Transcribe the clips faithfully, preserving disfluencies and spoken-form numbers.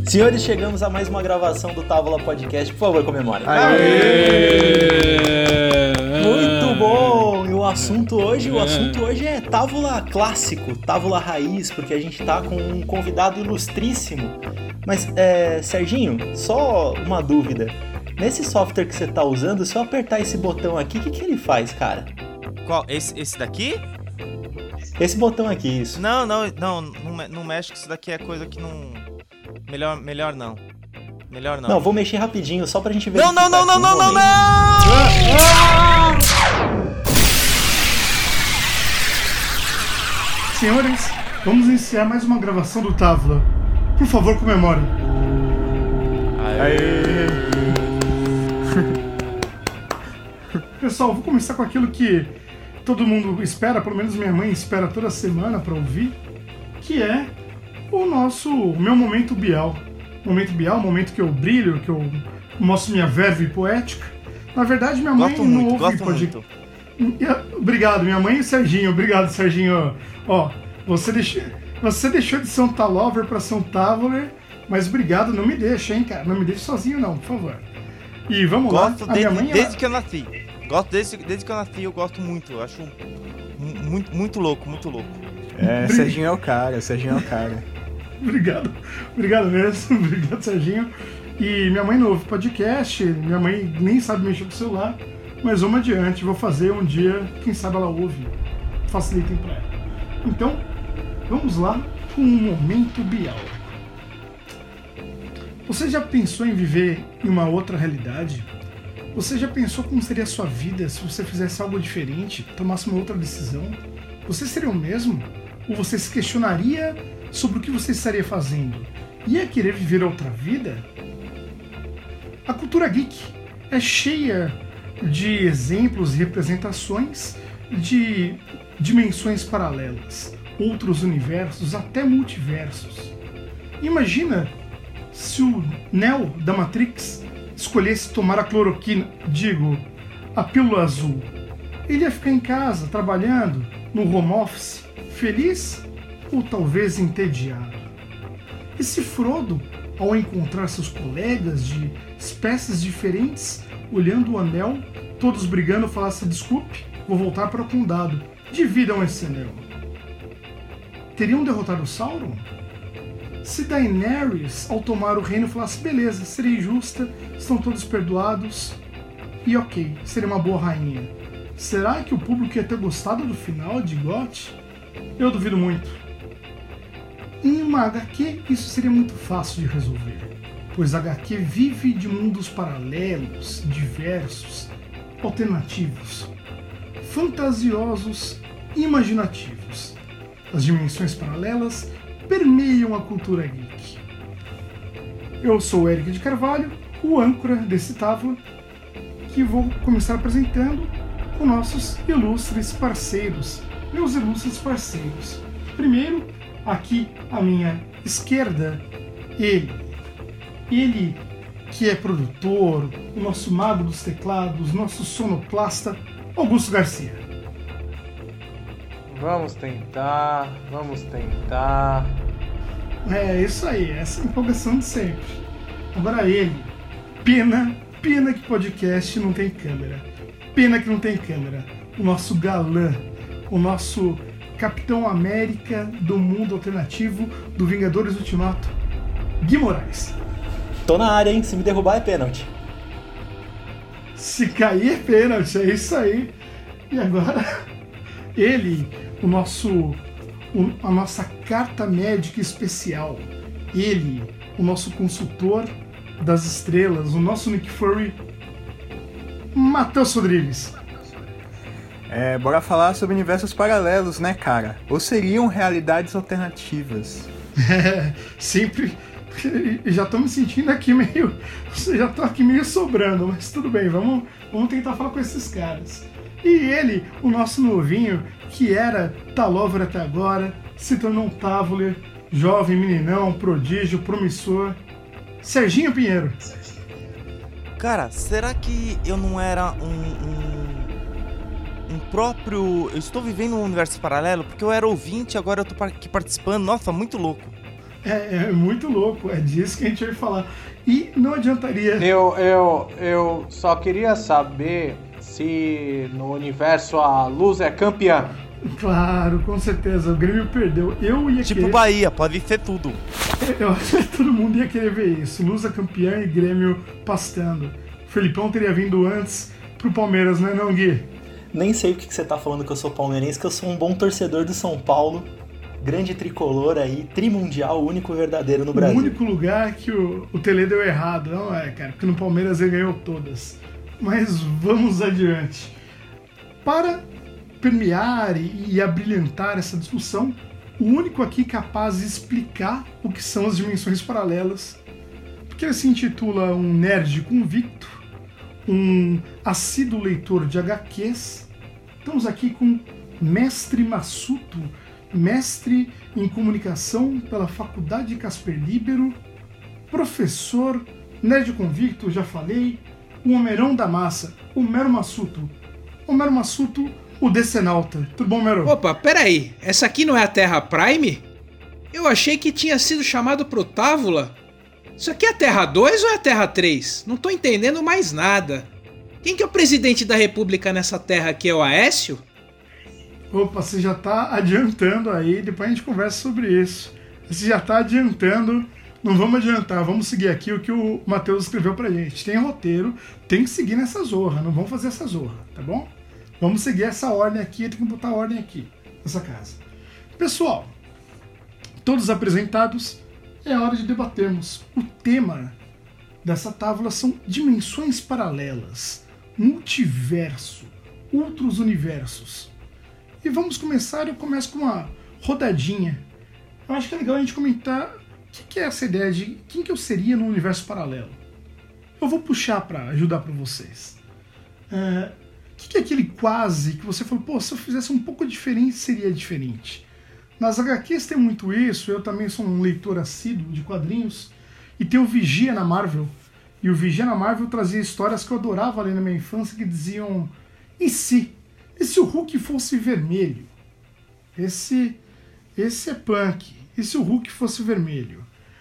Senhores, chegamos a mais uma gravação do Távola Podcast. Por favor, comemore. Aê! Muito bom! E o assunto hoje, o assunto hoje é Távola clássico, Távola raiz, porque a gente tá com um convidado ilustríssimo. Mas, é, Serginho, só uma dúvida. Nesse software que você tá usando, se eu apertar esse botão aqui, o que, que ele faz, cara? Qual? Esse, esse daqui? Esse botão aqui, isso. Não, não, não, não, me- não mexe que isso daqui é coisa que não... Melhor, melhor não. Melhor não. Não, vou mexer rapidinho, só pra gente ver. Não, não, não, não, não, não, não! Senhores, vamos iniciar mais uma gravação do Távola. Por favor, comemore. Aê! Pessoal, vou começar com aquilo que todo mundo espera, pelo menos minha mãe espera toda semana pra ouvir, que é o nosso, o meu momento Bial. Momento Bial, momento que eu brilho, que eu mostro minha verve poética. Na verdade, minha mãe Gosto não muito, ouve gosto podcast. muito. Obrigado, minha mãe e o Serginho. Obrigado, Serginho. Ó, você deixou, você deixou de ser um Talover pra ser um Távoler, mas obrigado, não me deixa, hein, cara. Não me deixe sozinho, não, por favor. E vamos Gosto lá. A desde, minha mãe, desde ela... que eu nasci. Gosto desde, desde que eu nasci, eu gosto muito. Eu acho mu- muito, muito louco, muito louco. É, Serginho é o cara, Serginho é o cara. Obrigado, obrigado mesmo, obrigado, Serginho. E minha mãe não ouve podcast, minha mãe nem sabe mexer com o celular, mas vamos adiante, vou fazer um dia, quem sabe ela ouve, facilitem pra ela. Então, vamos lá com um momento Bial. Você já pensou em viver em uma outra realidade? Você já pensou como seria a sua vida se você fizesse algo diferente, tomasse uma outra decisão? Você seria o mesmo? Ou você se questionaria sobre o que você estaria fazendo? Ia querer viver outra vida? A cultura geek é cheia de exemplos e representações de dimensões paralelas, outros universos, até multiversos. Imagina se o Neo da Matrix escolhesse tomar a cloroquina, digo, a pílula azul. Ele ia ficar em casa, trabalhando, no home office, feliz ou talvez entediado? E se Frodo, ao encontrar seus colegas de espécies diferentes, olhando o anel, todos brigando, falasse: desculpe, vou voltar para o condado, dividam esse anel? Teriam derrotado Sauron? Se Daenerys, ao tomar o reino, falasse: beleza, serei justa, estão todos perdoados, e ok, seria uma boa rainha, será que o público ia ter gostado do final de G O T? Eu duvido muito. Em uma H Q, isso seria muito fácil de resolver, pois a H Q vive de mundos paralelos, diversos, alternativos, fantasiosos e imaginativos. As dimensões paralelas permeiam a cultura geek. Eu sou o Eric de Carvalho, o âncora desse Távola, que vou começar apresentando com nossos ilustres parceiros, meus ilustres parceiros. Primeiro, aqui à minha esquerda, ele. Ele que é produtor, o nosso mago dos teclados, nosso sonoplasta, Augusto Garcia. Vamos tentar, vamos tentar. É isso aí, essa empolgação de sempre. Agora ele, pena, pena que podcast não tem câmera. Pena que não tem câmera. O nosso galã, o nosso Capitão América do mundo alternativo do Vingadores Ultimato, Gui Moraes. Tô na área, hein? Se me derrubar é pênalti. Se cair é pênalti, é isso aí. E agora, ele, o nosso, o, a nossa carta médica especial. Ele, o nosso consultor das estrelas, o nosso Nick Fury, Matheus Rodrigues. É, bora falar sobre universos paralelos, né, cara? Ou seriam realidades alternativas? É, sempre. Já tô me sentindo aqui meio. Já tô aqui meio sobrando, mas tudo bem, vamos, vamos tentar falar com esses caras. E ele, o nosso novinho, que era Talover até agora, se tornou um Távoler, jovem, meninão, prodígio, promissor, Serginho Pinheiro. Cara, será que eu não era um, um, um próprio... Eu estou vivendo um universo paralelo? Porque eu era ouvinte, agora eu tô aqui participando. Nossa, muito louco. É, é muito louco, é disso que a gente vai falar. E não adiantaria... Eu, eu, eu só queria saber se no universo a Luz é campeã. Claro, com certeza, o Grêmio perdeu. Eu ia Tipo querer... Bahia, pode ser tudo. Eu acho que todo mundo ia querer ver isso. Luz é campeã e Grêmio pastando. O Felipão teria vindo antes pro Palmeiras, né não, Gui? Nem sei o que você tá falando que eu sou palmeirense, que eu sou um bom torcedor do São Paulo. Grande tricolor aí, trimundial, o único verdadeiro no Brasil. O único lugar que o, o Tele deu errado, não é, cara? Porque no Palmeiras ele ganhou todas. Mas vamos adiante. Para permear e, e abrilhantar essa discussão, o único aqui capaz de explicar o que são as dimensões paralelas, porque ele se intitula um nerd convicto, um assíduo leitor de agá quês. Estamos aqui com Mestre Massuto, mestre em comunicação pela Faculdade Casper Libero, professor, nerd convicto, já falei, o Homerão da massa, Homero Massuto. Homero Massuto, o Decenalta. Tudo bom, Homero? Opa, peraí, essa aqui não é a Terra Prime? Eu achei que tinha sido chamado pro Távola. Isso aqui é a Terra dois ou é a Terra três? Não tô entendendo mais nada. Quem que é o presidente da República nessa terra aqui? É o Aécio? Opa, você já tá adiantando aí, depois a gente conversa sobre isso. Você já tá adiantando, não vamos adiantar, vamos seguir aqui o que o Matheus escreveu pra gente. Tem roteiro, tem que seguir nessa zorra, não vamos fazer essa zorra, tá bom? Vamos seguir essa ordem aqui, tem que botar ordem aqui, nessa casa. Pessoal, todos apresentados, é hora de debatermos. O tema dessa tábua são dimensões paralelas, multiverso, outros universos. E vamos começar, eu começo com uma rodadinha. Eu acho que é legal a gente comentar o que, que é essa ideia de quem que eu seria no universo paralelo. Eu vou puxar para ajudar para vocês. É, o que, que é aquele quase que você falou, pô, se eu fizesse um pouco diferente, seria diferente. Nas agá quês tem muito isso, eu também sou um leitor assíduo de quadrinhos, e tem o Vigia na Marvel. E o Vigia na Marvel trazia histórias que eu adorava ler na minha infância, que diziam, e se? E se o Hulk fosse vermelho? Esse, esse é punk. E se o Hulk fosse vermelho?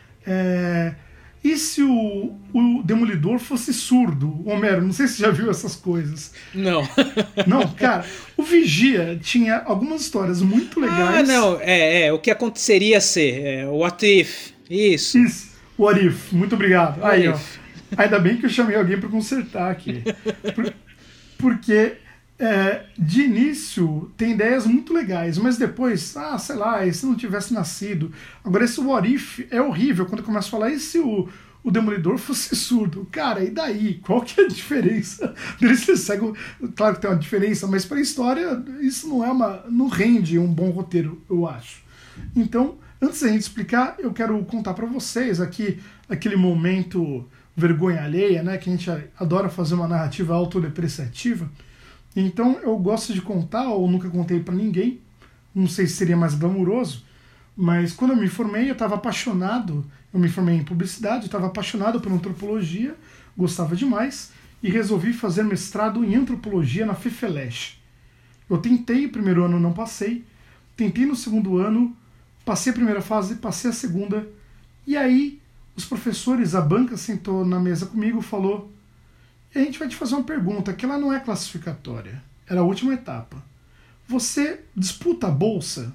É, e se o, o Demolidor fosse surdo? Homero, não sei se você já viu essas coisas. Não. Não, cara, o Vigia tinha algumas histórias muito legais. Ah, não, é, é o que aconteceria ser, é, o What If, isso. Isso, What If, muito obrigado. What Aí, if. ó, ainda bem que eu chamei alguém para consertar aqui. Por, porque... É, de início tem ideias muito legais, mas depois, ah, sei lá, e se não tivesse nascido? Agora esse What If é horrível quando começa a falar, e se o, o Demolidor fosse surdo? Cara, e daí? Qual que é a diferença dele ser cego? Claro que tem uma diferença, mas para a história isso não é uma, não rende um bom roteiro, eu acho. Então, antes da gente explicar, eu quero contar para vocês aqui aquele momento vergonha alheia, né, que a gente adora fazer uma narrativa autodepreciativa. Então eu gosto de contar, ou nunca contei pra ninguém, não sei se seria mais glamuroso, mas quando eu me formei eu estava apaixonado, eu me formei em publicidade, eu estava apaixonado por antropologia, gostava demais, e resolvi fazer mestrado em antropologia na FEFELESH. Eu tentei, o primeiro ano não passei, tentei no segundo ano, passei a primeira fase, passei a segunda, e aí os professores, a banca sentou na mesa comigo e falou, e a gente vai te fazer uma pergunta, que ela não é classificatória. Era a última etapa. Você disputa a bolsa?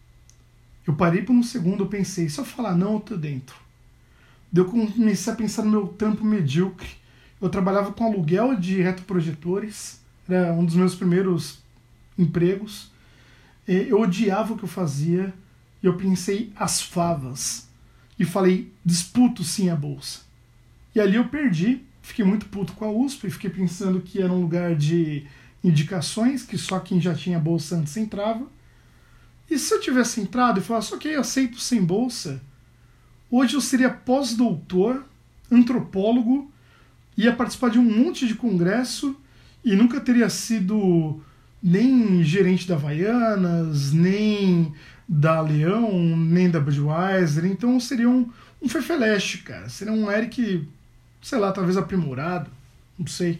Eu parei por um segundo, eu pensei, se eu falar não, eu tô dentro. Daí eu comecei a pensar no meu trampo medíocre. Eu trabalhava com aluguel de retroprojetores, era um dos meus primeiros empregos. Eu odiava o que eu fazia, e eu pensei, as favas. E falei, disputo sim a bolsa. E ali eu perdi. Fiquei muito puto com a U S P, fiquei pensando que era um lugar de indicações, que só quem já tinha bolsa antes entrava. E se eu tivesse entrado e falasse, ok, eu aceito sem bolsa, hoje eu seria pós-doutor, antropólogo, ia participar de um monte de congresso e nunca teria sido nem gerente da Havaianas, nem da Leão, nem da Budweiser. Então eu seria um, um Fefeleche, cara. Seria um Eric... sei lá, talvez aprimorado, não sei.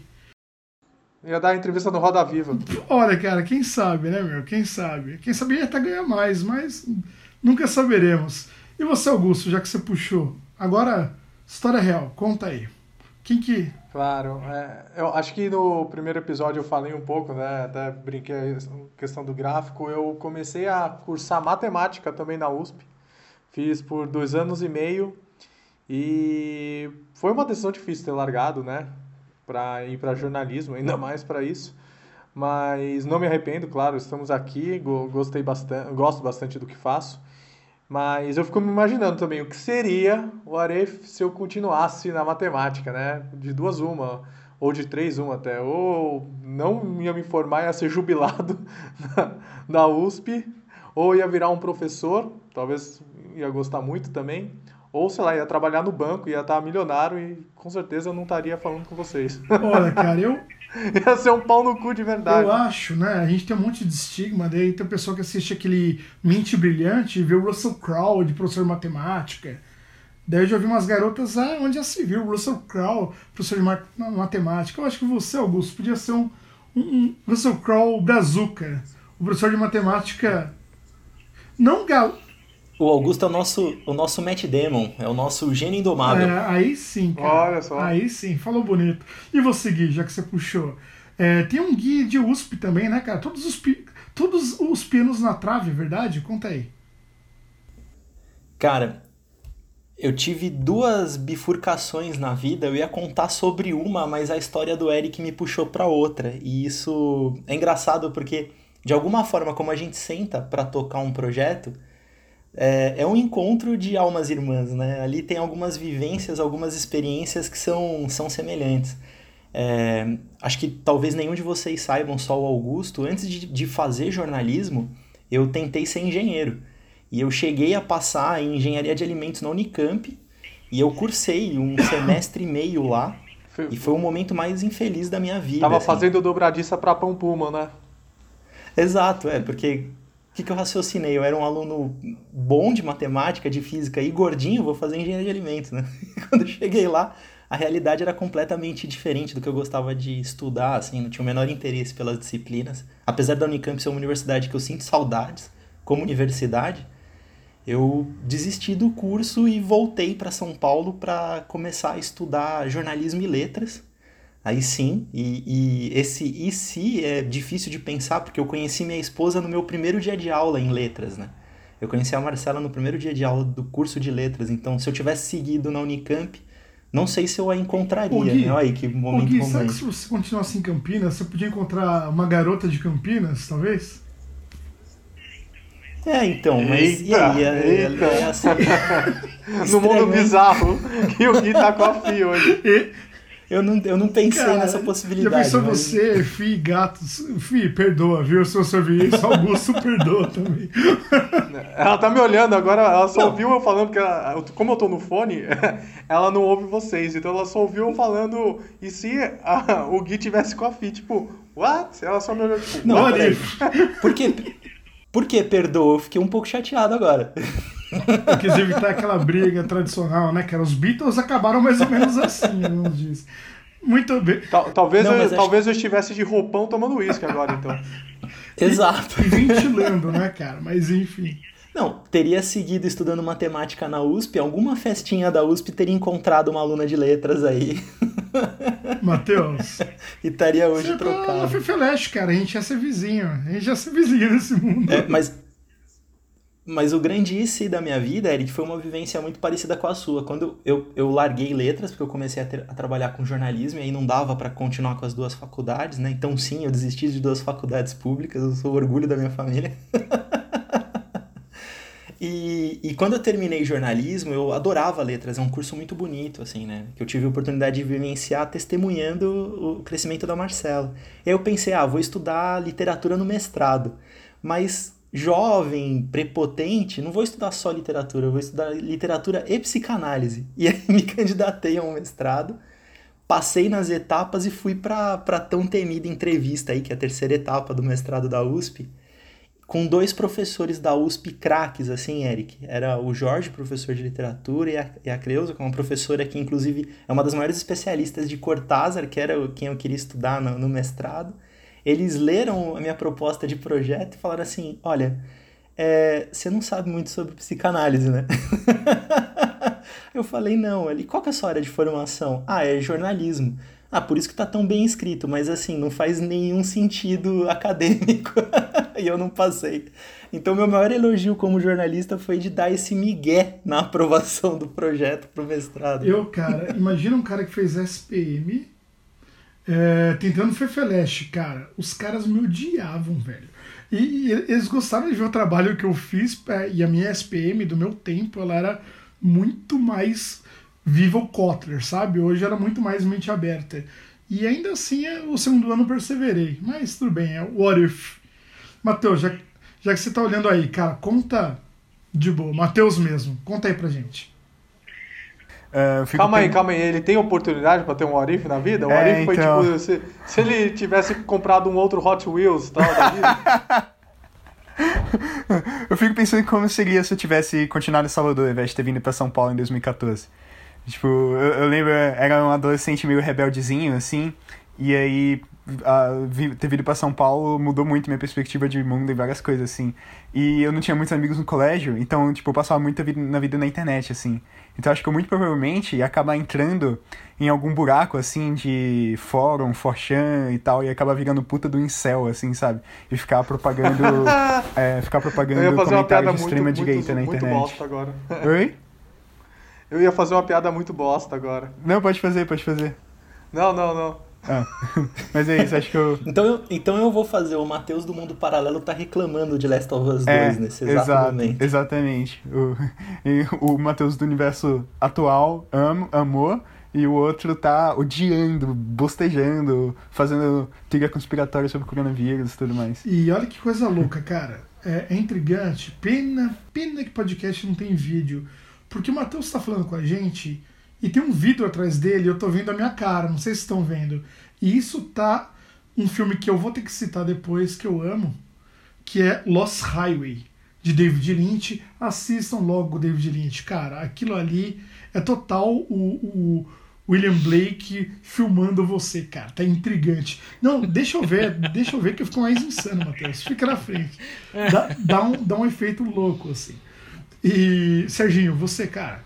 Ia dar entrevista no Roda Viva. Olha, cara, quem sabe, né, meu? Quem sabe? Quem sabe ia até ganhar mais, mas nunca saberemos. E você, Augusto, já que você puxou, agora, história real, conta aí. Quem que... Claro, é, eu acho que no primeiro episódio eu falei um pouco, né, até brinquei a questão do gráfico, eu comecei a cursar matemática também na U S P, fiz por dois anos e meio, e foi uma decisão difícil ter largado, né, para ir para jornalismo, ainda mais para isso, mas não me arrependo, claro, estamos aqui, gostei bastante, gosto bastante do que faço. Mas eu fico me imaginando também o que seria o Aref se eu continuasse na matemática, né? De duas uma, ou de três uma até. Ou não ia me formar, ia ser jubilado na, na U S P, ou ia virar um professor, talvez ia gostar muito também, ou sei lá, ia trabalhar no banco, ia estar milionário e com certeza eu não estaria falando com vocês. Olha, cara, eu... Ia ser um pau no cu de verdade. Eu acho, né? A gente tem um monte de estigma, daí tem o pessoal que assiste aquele Mente Brilhante e vê o Russell Crowe de professor de matemática. Daí eu já vi umas garotas, ah, onde já se viu o Russell Crowe, professor de matemática. Eu acho que você, Augusto, podia ser um, um, um Russell Crowe brazuca, o professor de matemática não gal... O Augusto é o nosso, o nosso Matt Damon, é o nosso gênio indomável. É, aí sim, cara. Olha só. Aí sim, falou bonito. E você, Gui, já que você puxou? É, tem um Gui de U S P também, né, cara? Todos os, pi... Todos os pinos na trave, é verdade? Conta aí. Cara, eu tive duas bifurcações na vida, eu ia contar sobre uma, mas a história do Eric me puxou pra outra. E isso é engraçado porque, de alguma forma, como a gente senta pra tocar um projeto... É, é um encontro de almas irmãs, né? Ali tem algumas vivências, algumas experiências que são, são semelhantes. É, acho que talvez nenhum de vocês saibam, só o Augusto. Antes de, de fazer jornalismo, eu tentei ser engenheiro. E eu cheguei a passar em engenharia de alimentos na Unicamp. E eu cursei um semestre e meio lá. E foi o momento mais infeliz da minha vida. Tava assim. fazendo dobradiça pra Pão Puma, né? Exato, é, porque... O que, que eu raciocinei? Eu era um aluno bom de matemática, de física e gordinho, vou fazer engenharia de alimentos, né? Quando eu cheguei lá, a realidade era completamente diferente do que eu gostava de estudar, assim, não tinha o menor interesse pelas disciplinas. Apesar da Unicamp ser uma universidade que eu sinto saudades, como universidade, eu desisti do curso e voltei para São Paulo para começar a estudar jornalismo e letras. Aí sim, e, e esse e se é difícil de pensar, porque eu conheci minha esposa no meu primeiro dia de aula em letras, né? Eu conheci a Marcela no primeiro dia de aula do curso de letras, então se eu tivesse seguido na Unicamp, não sei se eu a encontraria, Ô, Gui, né? Olha aí que momento Ô, Gui, romântico. será que se você continuasse em Campinas, você podia encontrar uma garota de Campinas, talvez? É, então, mas Eita, e aí? É, eita. é assim... No mundo Estranho, hein? bizarro que o Gui tá com a Fi hoje. E, Eu não, eu não pensei cara, nessa já possibilidade. pensou mas... você, Fi, gatos? Fi, perdoa, viu? Se você ouvir isso, Augusto perdoa também. Ela tá me olhando agora, ela só ouviu eu falando, porque ela, como eu tô no fone, ela não ouve vocês, então ela só ouviu eu falando, e se a, o Gui tivesse com a Fi, tipo, what? Ela só me olhou, tipo, Não, Olha peraí. aí. Por que, por que perdoa? Eu fiquei um pouco chateado agora. Eu quis evitar aquela briga tradicional, né, cara? Os Beatles acabaram mais ou menos assim, vamos dizer. Muito bem. Tal- talvez Não, eu, mas acho talvez eu estivesse de roupão tomando uísque agora, então. Exato. E ventilando, né, cara? Mas enfim. Não, teria seguido estudando matemática na U S P, alguma festinha da U S P teria encontrado uma aluna de letras aí. Matheus, E estaria hoje você tá na trocado. Fifeleste, cara. A gente ia ser vizinho. A gente ia ser vizinho nesse mundo. É, mas, mas o grande isso da minha vida, Eric, foi uma vivência muito parecida com a sua. Quando eu, eu larguei letras, porque eu comecei a, ter- a trabalhar com jornalismo, e aí não dava para continuar com as duas faculdades, né? Então sim, eu desisti de duas faculdades públicas, eu sou o orgulho da minha família. E, e quando eu terminei jornalismo, eu adorava letras, é um curso muito bonito, assim, né? Que eu tive a oportunidade de vivenciar testemunhando o crescimento da Marcela. E aí eu pensei, ah, vou estudar literatura no mestrado. Mas jovem, prepotente, não vou estudar só literatura, eu vou estudar literatura e psicanálise. E aí me candidatei a um mestrado, passei nas etapas e fui para a tão temida entrevista aí, que é a terceira etapa do mestrado da U S P, com dois professores da U S P craques, assim, Eric. Era o Jorge, professor de literatura, e a, e a Creuza, que é uma professora que, inclusive, é uma das maiores especialistas de Cortázar, que era o- quem eu queria estudar no, no mestrado. Eles leram a minha proposta de projeto e falaram assim, olha, é, você não sabe muito sobre psicanálise, né? Eu falei, não. Ele, qual que é a sua área de formação? Ah, é jornalismo. Ah, por isso que tá tão bem escrito, mas assim, não faz nenhum sentido acadêmico. E eu não passei. Então, meu maior elogio como jornalista foi de dar esse migué na aprovação do projeto pro mestrado. Eu, cara, imagina um cara que fez S P M é, tentando Fefeleche, cara. Os caras me odiavam, velho. E, e eles gostaram de ver o trabalho que eu fiz, é, e a minha S P M do meu tempo, ela era muito mais viva o Kotler, sabe? Hoje era muito mais mente aberta. E ainda assim, o segundo ano eu perseverei. Mas tudo bem, é what if. Matheus, já, já que você tá olhando aí, cara, conta de boa. Matheus mesmo, conta aí pra gente. Uh, calma aí, calma aí. Ele tem oportunidade pra ter um what if na vida? O é, what if foi então... tipo, se, se ele tivesse comprado um outro Hot Wheels e tal da vida. Eu fico pensando em como seria se eu tivesse continuado em Salvador ao invés de ter vindo pra São Paulo em dois mil e catorze. Tipo, eu, eu lembro, era um adolescente meio rebeldezinho, assim, e aí uh, ter vindo pra São Paulo mudou muito minha perspectiva de mundo e várias coisas, assim. E eu não tinha muitos amigos no colégio, então, tipo, eu passava muita vida na vida na internet, assim. Então, acho que eu muito provavelmente ia acabar entrando em algum buraco, assim, de fórum, four chan e tal, e acabar virando puta do incel, assim, sabe? E ficar propagando, é, ficar propagando comentários de extrema direita na internet. Muito bosta agora. Oi? Eu ia fazer uma piada muito bosta agora. Não, pode fazer, pode fazer. Não, não, não. Ah, mas é isso, acho que eu... Então eu, então eu vou fazer, o Matheus do Mundo Paralelo tá reclamando de Last of Us é, dois nesse exato, exato momento. Exatamente. O, o Matheus do universo atual am, amou, e o outro tá odiando, bostejando, fazendo teoria conspiratória sobre o coronavírus e tudo mais. E olha que coisa louca, cara. É, é intrigante. Pena, pena que podcast não tem vídeo. Porque o Matheus tá falando com a gente e tem um vidro atrás dele, eu tô vendo a minha cara, não sei se estão vendo. E isso tá um filme que eu vou ter que citar depois, que eu amo, que é Lost Highway, de David Lynch. Assistam logo o David Lynch. Cara, aquilo ali é total o, o William Blake filmando você, cara. Tá intrigante. Não, deixa eu ver, deixa eu ver que eu fico mais insano, Matheus. Fica na frente. Dá, dá, um, dá um efeito louco, assim. E, Serginho, você, cara?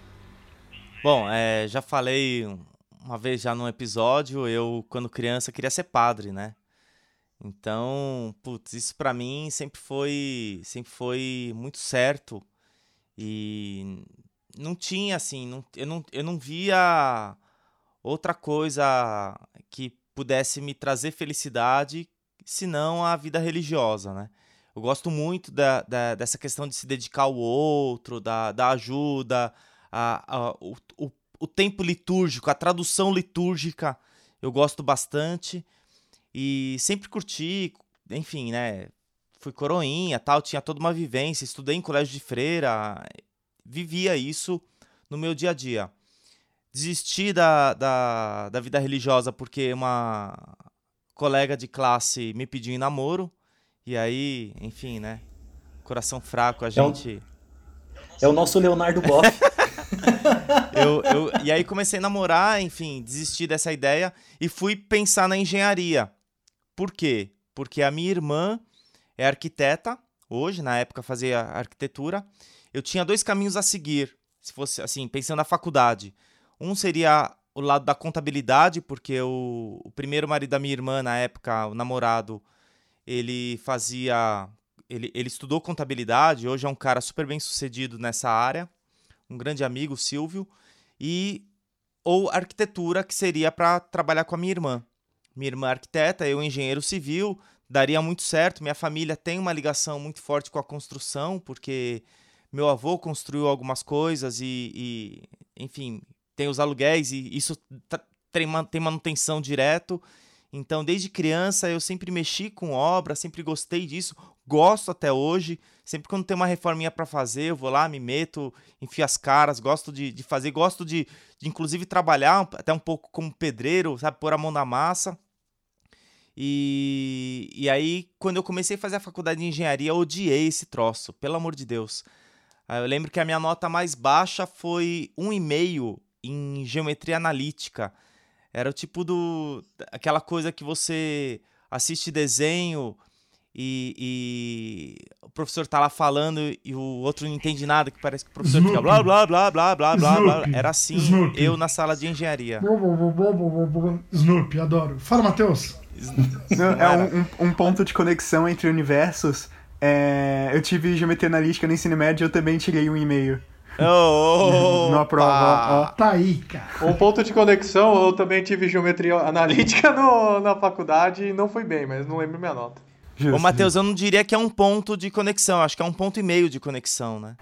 Bom, é, já falei uma vez já num episódio, eu, quando criança, queria ser padre, né? Então, putz, isso pra mim sempre foi, sempre foi muito certo. E não tinha, assim, não, eu, não, eu não via outra coisa que pudesse me trazer felicidade senão a vida religiosa, né? Eu gosto muito da, da, dessa questão de se dedicar ao outro, da, da ajuda, a, a, o, o, o tempo litúrgico, a tradução litúrgica, eu gosto bastante. E sempre curti, enfim, né? Fui coroinha, tal, tinha toda uma vivência, estudei em colégio de freira, vivia isso no meu dia a dia. Desisti da, da, da vida religiosa porque uma colega de classe me pediu em namoro. E aí, enfim, né? Coração fraco, a gente... É o, é o nosso Leonardo Boff. eu, eu, e aí comecei a namorar, enfim, desisti dessa ideia e fui pensar na engenharia. Por quê? Porque a minha irmã é arquiteta, hoje, na época fazia arquitetura. Eu tinha dois caminhos a seguir, se fosse assim, pensando na faculdade. Um seria o lado da contabilidade, porque o, o primeiro marido da minha irmã, na época, o namorado... Ele fazia... Ele, ele estudou contabilidade, hoje é um cara super bem sucedido nessa área, um grande amigo, o Silvio, e, ou arquitetura, que seria para trabalhar com a minha irmã. Minha irmã é arquiteta, eu engenheiro civil, daria muito certo. Minha família tem uma ligação muito forte com a construção, porque meu avô construiu algumas coisas e, e enfim, tem os aluguéis e isso tem manutenção direto. Então, desde criança, eu sempre mexi com obra, sempre gostei disso, gosto até hoje. Sempre quando tem uma reforminha para fazer, eu vou lá, me meto, enfio as caras, gosto de, de fazer, gosto de, de, inclusive, trabalhar até um pouco como pedreiro, sabe, pôr a mão na massa. E, e aí, quando eu comecei a fazer a faculdade de engenharia, eu odiei esse troço, pelo amor de Deus. Eu lembro que a minha nota mais baixa foi um vírgula cinco em geometria analítica. Era o tipo do... aquela coisa que você assiste desenho e, e o professor tá lá falando e o outro não entende nada, que parece que o professor Snoopy. fica blá, blá, blá, blá, blá, blá, blá. Era assim, Snoopy. Eu na sala de engenharia. Snoopy, adoro. Fala, Matheus. É um, um, um ponto de conexão entre universos. É, eu tive geometria analítica no ensino médio e eu também tirei um e-mail. Oh, na prova, ó. Tá aí, cara. Um ponto de conexão, eu também tive geometria analítica no, na faculdade e não fui bem, mas não lembro minha nota. Justo, Ô, Matheus, eu não diria que é um ponto de conexão, acho que é um ponto e meio de conexão, né?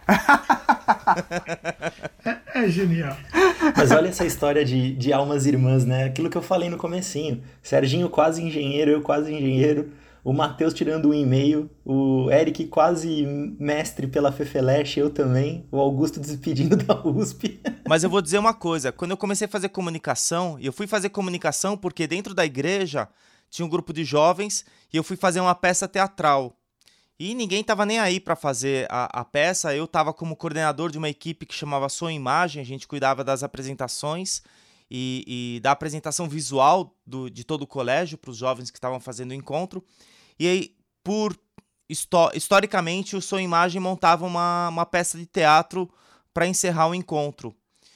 é, é genial. Mas olha essa história de, de almas irmãs, né? Aquilo que eu falei no comecinho. Serginho quase engenheiro, eu quase engenheiro. O Matheus tirando um e-mail, o Eric quase mestre pela Fefeleche, eu também, o Augusto despedindo da U S P. Mas eu vou dizer uma coisa, quando eu comecei a fazer comunicação, e eu fui fazer comunicação porque dentro da igreja tinha um grupo de jovens e eu fui fazer uma peça teatral. E ninguém tava nem aí para fazer a, a peça, eu tava como coordenador de uma equipe que chamava Som Imagem, a gente cuidava das apresentações e, e da apresentação visual do, de todo o colégio para os jovens que estavam fazendo o encontro. E aí, por historicamente, o Som Imagem montava uma, uma peça de teatro para encerrar o encontro.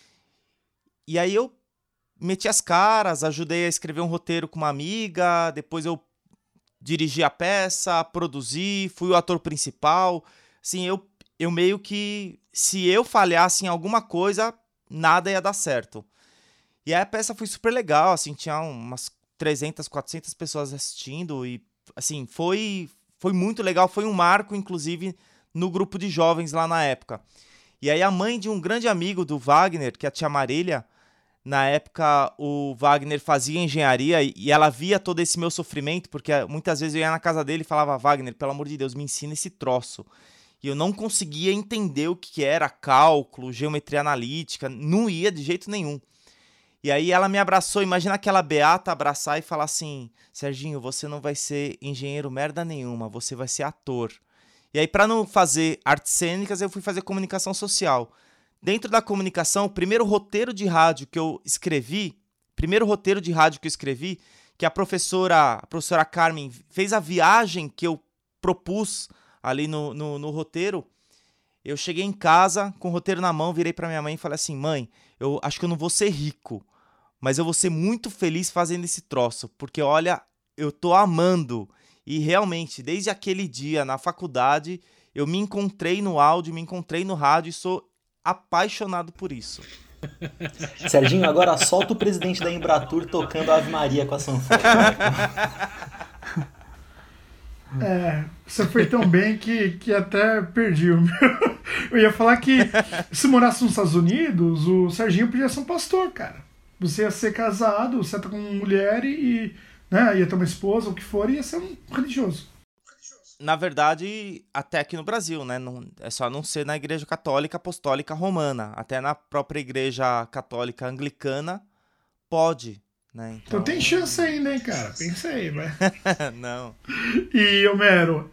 E aí eu meti as caras, ajudei a escrever um roteiro com uma amiga, depois eu dirigi a peça, produzi, fui o ator principal. Assim, eu, eu meio que, se eu falhasse em alguma coisa, nada ia dar certo. E aí a peça foi super legal, assim, tinha umas trezentas, quatrocentas pessoas assistindo e assim, foi, foi muito legal, foi um marco, inclusive, no grupo de jovens lá na época. E aí a mãe de um grande amigo do Wagner, que é a tia Marília, na época o Wagner fazia engenharia e ela via todo esse meu sofrimento, porque muitas vezes eu ia na casa dele e falava, Wagner, pelo amor de Deus, me ensina esse troço. E eu não conseguia entender o que era cálculo, geometria analítica, não ia de jeito nenhum. E aí ela me abraçou, imagina aquela beata abraçar e falar assim, Serginho, você não vai ser engenheiro merda nenhuma, você vai ser ator. E aí para não fazer artes cênicas, eu fui fazer comunicação social. Dentro da comunicação, o primeiro roteiro de rádio que eu escrevi, primeiro roteiro de rádio que eu escrevi, que a professora, a professora Carmen fez a viagem que eu propus ali no, no, no roteiro, eu cheguei em casa com o roteiro na mão, virei para minha mãe e falei assim, mãe, eu acho que eu não vou ser rico, mas eu vou ser muito feliz fazendo esse troço, porque olha, eu tô amando. E realmente, desde aquele dia na faculdade, eu me encontrei no áudio, me encontrei no rádio e sou apaixonado por isso. Serginho, agora solta o presidente da Embratur tocando Ave Maria com a sanfona. É, você foi tão bem que, que até perdi o meu. Eu ia falar que se morasse nos Estados Unidos, o Serginho podia ser um pastor, cara. Você ia ser casado, você tá com mulher e, né, ia ter uma esposa, o que for, e ia ser um religioso. Na verdade, até aqui no Brasil, né? Não, é só não ser na Igreja Católica Apostólica Romana. Até na própria Igreja Católica Anglicana pode, né? Então, então tem chance ainda, hein, cara? Pensa aí, vai. Não. E, Homero?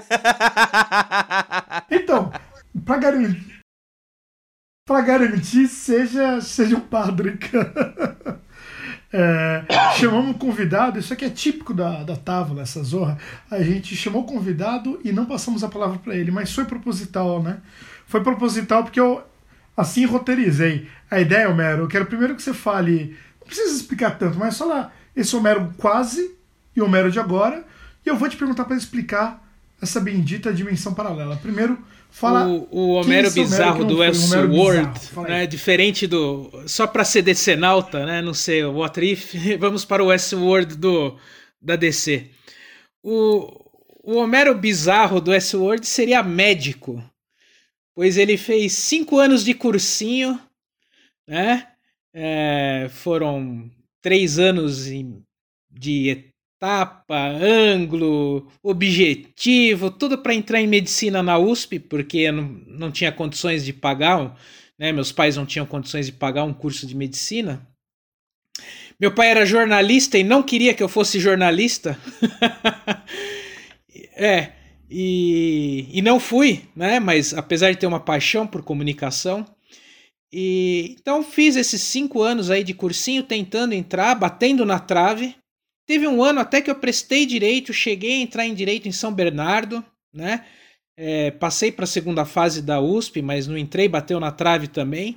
Então, pra garantir, pra garantir seja, seja um padre, cara. É, chamamos um convidado, isso aqui é típico da, da Távola, essa zorra. A gente chamou o convidado e não passamos a palavra para ele, mas foi proposital, né? Foi proposital porque eu assim roteirizei. A ideia, Homero, eu quero primeiro que você fale, não precisa explicar tanto, mas só lá, esse Homero quase e o Homero de agora, e eu vou te perguntar para explicar essa bendita dimensão paralela. Primeiro, fala o, o Homero bizarro do Westworld, né? Diferente do. Só pra ser decenalta, né? Não sei, o What If, vamos para o Westworld do, da D C. O, o Homero bizarro do Westworld seria médico, pois ele fez cinco anos de cursinho, né? É, foram três anos de etapa, ângulo, objetivo, tudo para entrar em medicina na U S P, porque eu não, não tinha condições de pagar, né? Meus pais não tinham condições de pagar um curso de medicina. Meu pai era jornalista e não queria que eu fosse jornalista. é, e, e não fui, né? Mas apesar de ter uma paixão por comunicação, e então fiz esses cinco anos aí de cursinho tentando entrar, batendo na trave, teve um ano até que eu prestei direito, cheguei a entrar em direito em São Bernardo, né? É, passei para a segunda fase da U S P, mas não entrei, bateu na trave também.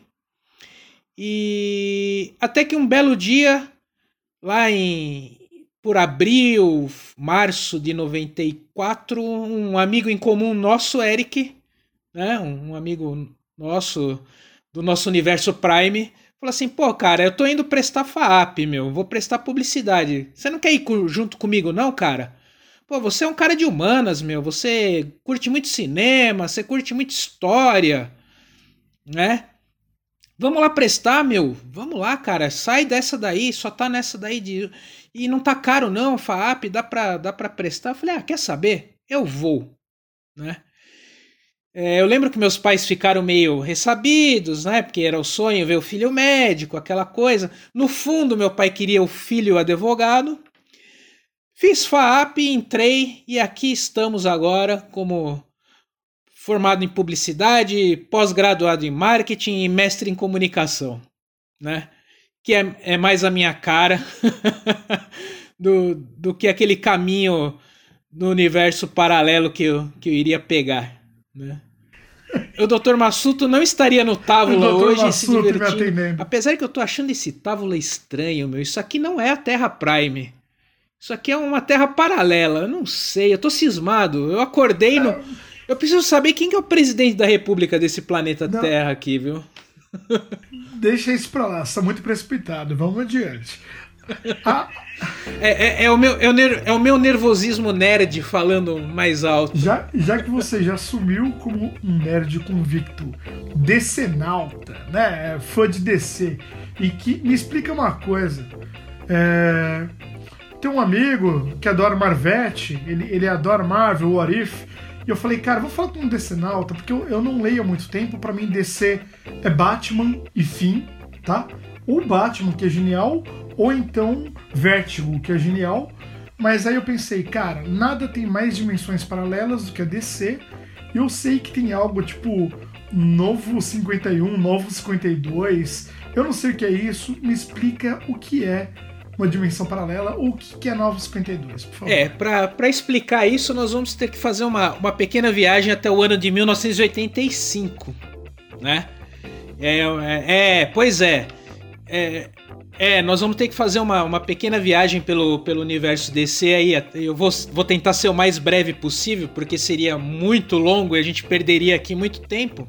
E até que um belo dia, lá em por abril, março de noventa e quatro, um amigo em comum nosso, Eric, né, um amigo nosso do nosso universo Prime, falou assim: pô, cara, eu tô indo prestar F A A P, meu, vou prestar publicidade. Você não quer ir junto comigo, não, cara? Pô, você é um cara de humanas, meu, você curte muito cinema, você curte muito história, né? Vamos lá prestar, meu, vamos lá, cara, sai dessa daí, só tá nessa daí de... E não tá caro não, F A A P, dá pra, dá pra prestar. Eu falei, ah, quer saber? Eu vou, né? É, eu lembro que meus pais ficaram meio ressabidos, né? Porque era o sonho ver o filho médico, aquela coisa. No fundo, meu pai queria o filho advogado. Fiz F A A P, entrei e aqui estamos agora como formado em publicidade, pós-graduado em marketing e mestre em comunicação, né? Que é, é mais a minha cara do, do que aquele caminho no universo paralelo que eu, que eu iria pegar, né? O doutor Massuto não estaria no Távola hoje Massuto se divertindo. Apesar que eu tô achando esse Távola estranho, meu. Isso aqui não é a Terra Prime. Isso aqui é uma Terra paralela. Eu não sei, eu tô cismado. Eu acordei no... Eu preciso saber quem que é o presidente da república desse planeta não. Terra aqui, viu? Deixa isso pra lá, você tá muito precipitado. Vamos adiante. Ah. É, é, é, o meu, é, o ner, é o meu nervosismo nerd falando mais alto. Já, já que você já assumiu como um nerd convicto decenalta, né? Fã de D C, e que me explica uma coisa. É, tem um amigo que adora Marvete, ele, ele adora Marvel, What If. E eu falei, cara, vou falar com um decenalta, porque eu, eu não leio há muito tempo. Pra mim, D C é Batman e fim, tá? Ou Batman, que é genial, ou então Vértigo, que é genial. Mas aí eu pensei, cara, nada tem mais dimensões paralelas do que a D C. E eu sei que tem algo tipo Novo cinquenta e um, Novo cinquenta e dois. Eu não sei o que é isso. Me explica o que é uma dimensão paralela ou o que é Novo cinquenta e dois, por favor. É, pra, pra explicar isso, nós vamos ter que fazer uma, uma pequena viagem até o ano de mil novecentos e oitenta e cinco, né? É, é, é pois é. É, é, nós vamos ter que fazer uma, uma pequena viagem pelo, pelo universo D C aí. Eu vou, vou tentar ser o mais breve possível, porque seria muito longo e a gente perderia aqui muito tempo.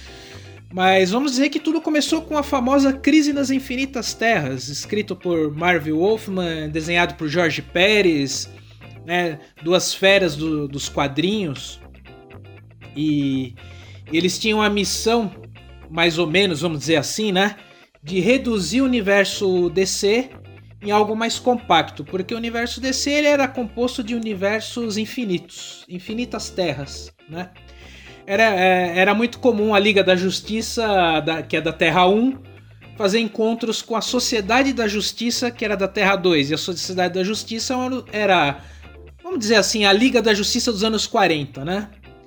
Mas vamos dizer que tudo começou com a famosa Crise nas Infinitas Terras, escrito por Marv Wolfman, desenhado por Jorge Pérez, né, duas feras do, dos quadrinhos. E eles tinham a missão, mais ou menos, vamos dizer assim, né, de reduzir o universo D C em algo mais compacto, porque o universo D C ele era composto de universos infinitos, infinitas terras, né? Era, era muito comum a Liga da Justiça, da, que é da Terra um, fazer encontros com a Sociedade da Justiça, que era da Terra dois. E a Sociedade da Justiça era, vamos dizer assim, a Liga da Justiça dos anos quarenta, né?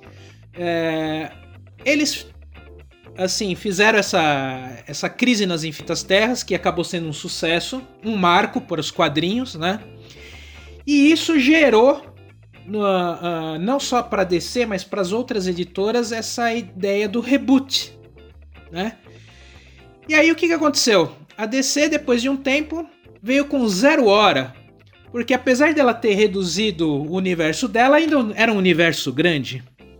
É, eles, assim, fizeram essa, essa Crise nas Infinitas Terras, que acabou sendo um sucesso, um marco para os quadrinhos, né? E isso gerou... No, uh, não só para D C, mas para as outras editoras, essa ideia do reboot, né? E aí o que, que aconteceu? A D C, depois de um tempo, veio com Zero Hora, porque apesar dela ter reduzido o universo dela, ainda era um universo grande.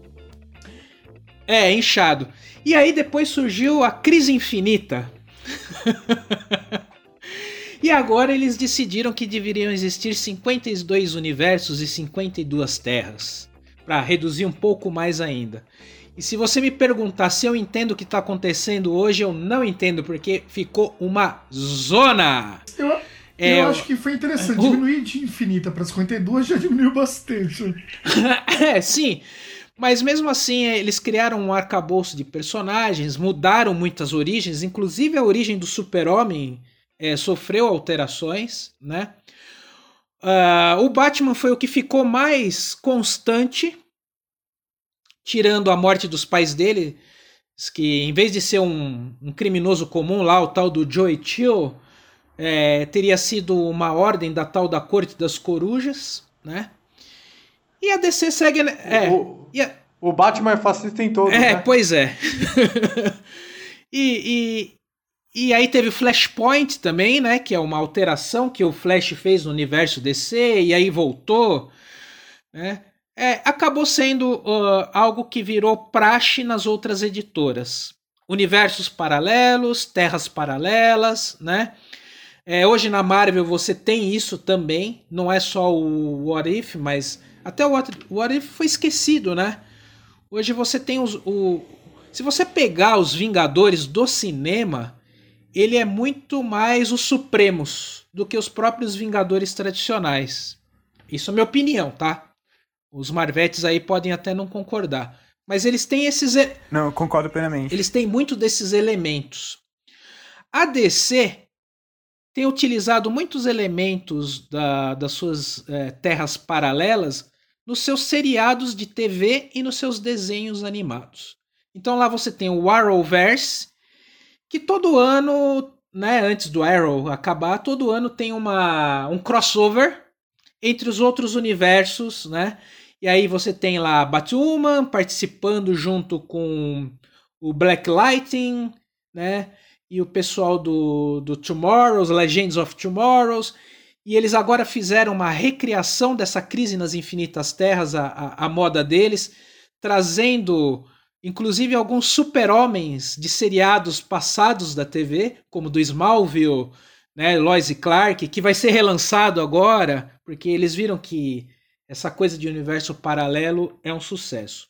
É, inchado. E aí depois surgiu a Crise Infinita. E agora eles decidiram que deveriam existir cinquenta e dois universos e cinquenta e duas terras, para reduzir um pouco mais ainda. E se você me perguntar se eu entendo o que está acontecendo hoje, eu não entendo, porque ficou uma zona. Eu, é, eu acho que foi interessante. Diminuir de infinita para cinquenta e duas já diminuiu bastante. É, sim. Mas mesmo assim, eles criaram um arcabouço de personagens, mudaram muitas origens, inclusive a origem do Super-Homem é, sofreu alterações, né? Uh, o Batman foi o que ficou mais constante, tirando a morte dos pais dele, que em vez de ser um, um criminoso comum lá, o tal do Joey Chill, é, teria sido uma ordem da tal da Corte das Corujas, né? E a D C segue... É, o, e a, o Batman é fascista em todos, É, né? pois é. e, e, e aí teve Flashpoint também, né? Que é uma alteração que o Flash fez no universo D C e aí voltou, né? É, acabou sendo uh, algo que virou praxe nas outras editoras. Universos paralelos, terras paralelas, né? É, hoje na Marvel você tem isso também. Não é só o What If, mas até o What, What If foi esquecido, né? Hoje você tem os... O, se você pegar os Vingadores do cinema, ele é muito mais os Supremos do que os próprios Vingadores tradicionais. Isso é minha opinião, tá? Os Marvetes aí podem até não concordar. Mas eles têm esses... Não, eu concordo plenamente. Eles têm muito desses elementos. A D C tem utilizado muitos elementos da, das suas é, terras paralelas nos seus seriados de T V e nos seus desenhos animados. Então lá você tem o Arrowverse, que todo ano, né, antes do Arrow acabar, todo ano tem uma, um crossover entre os outros universos, né? E aí você tem lá a Batwoman participando junto com o Black Lightning, né? E o pessoal do, do Tomorrows, Legends of Tomorrows. E eles agora fizeram uma recriação dessa Crise nas Infinitas Terras, a, a, a moda deles, trazendo inclusive alguns super-homens de seriados passados da T V, como do Smallville, né, Lois e Clark, que vai ser relançado agora, porque eles viram que essa coisa de universo paralelo é um sucesso.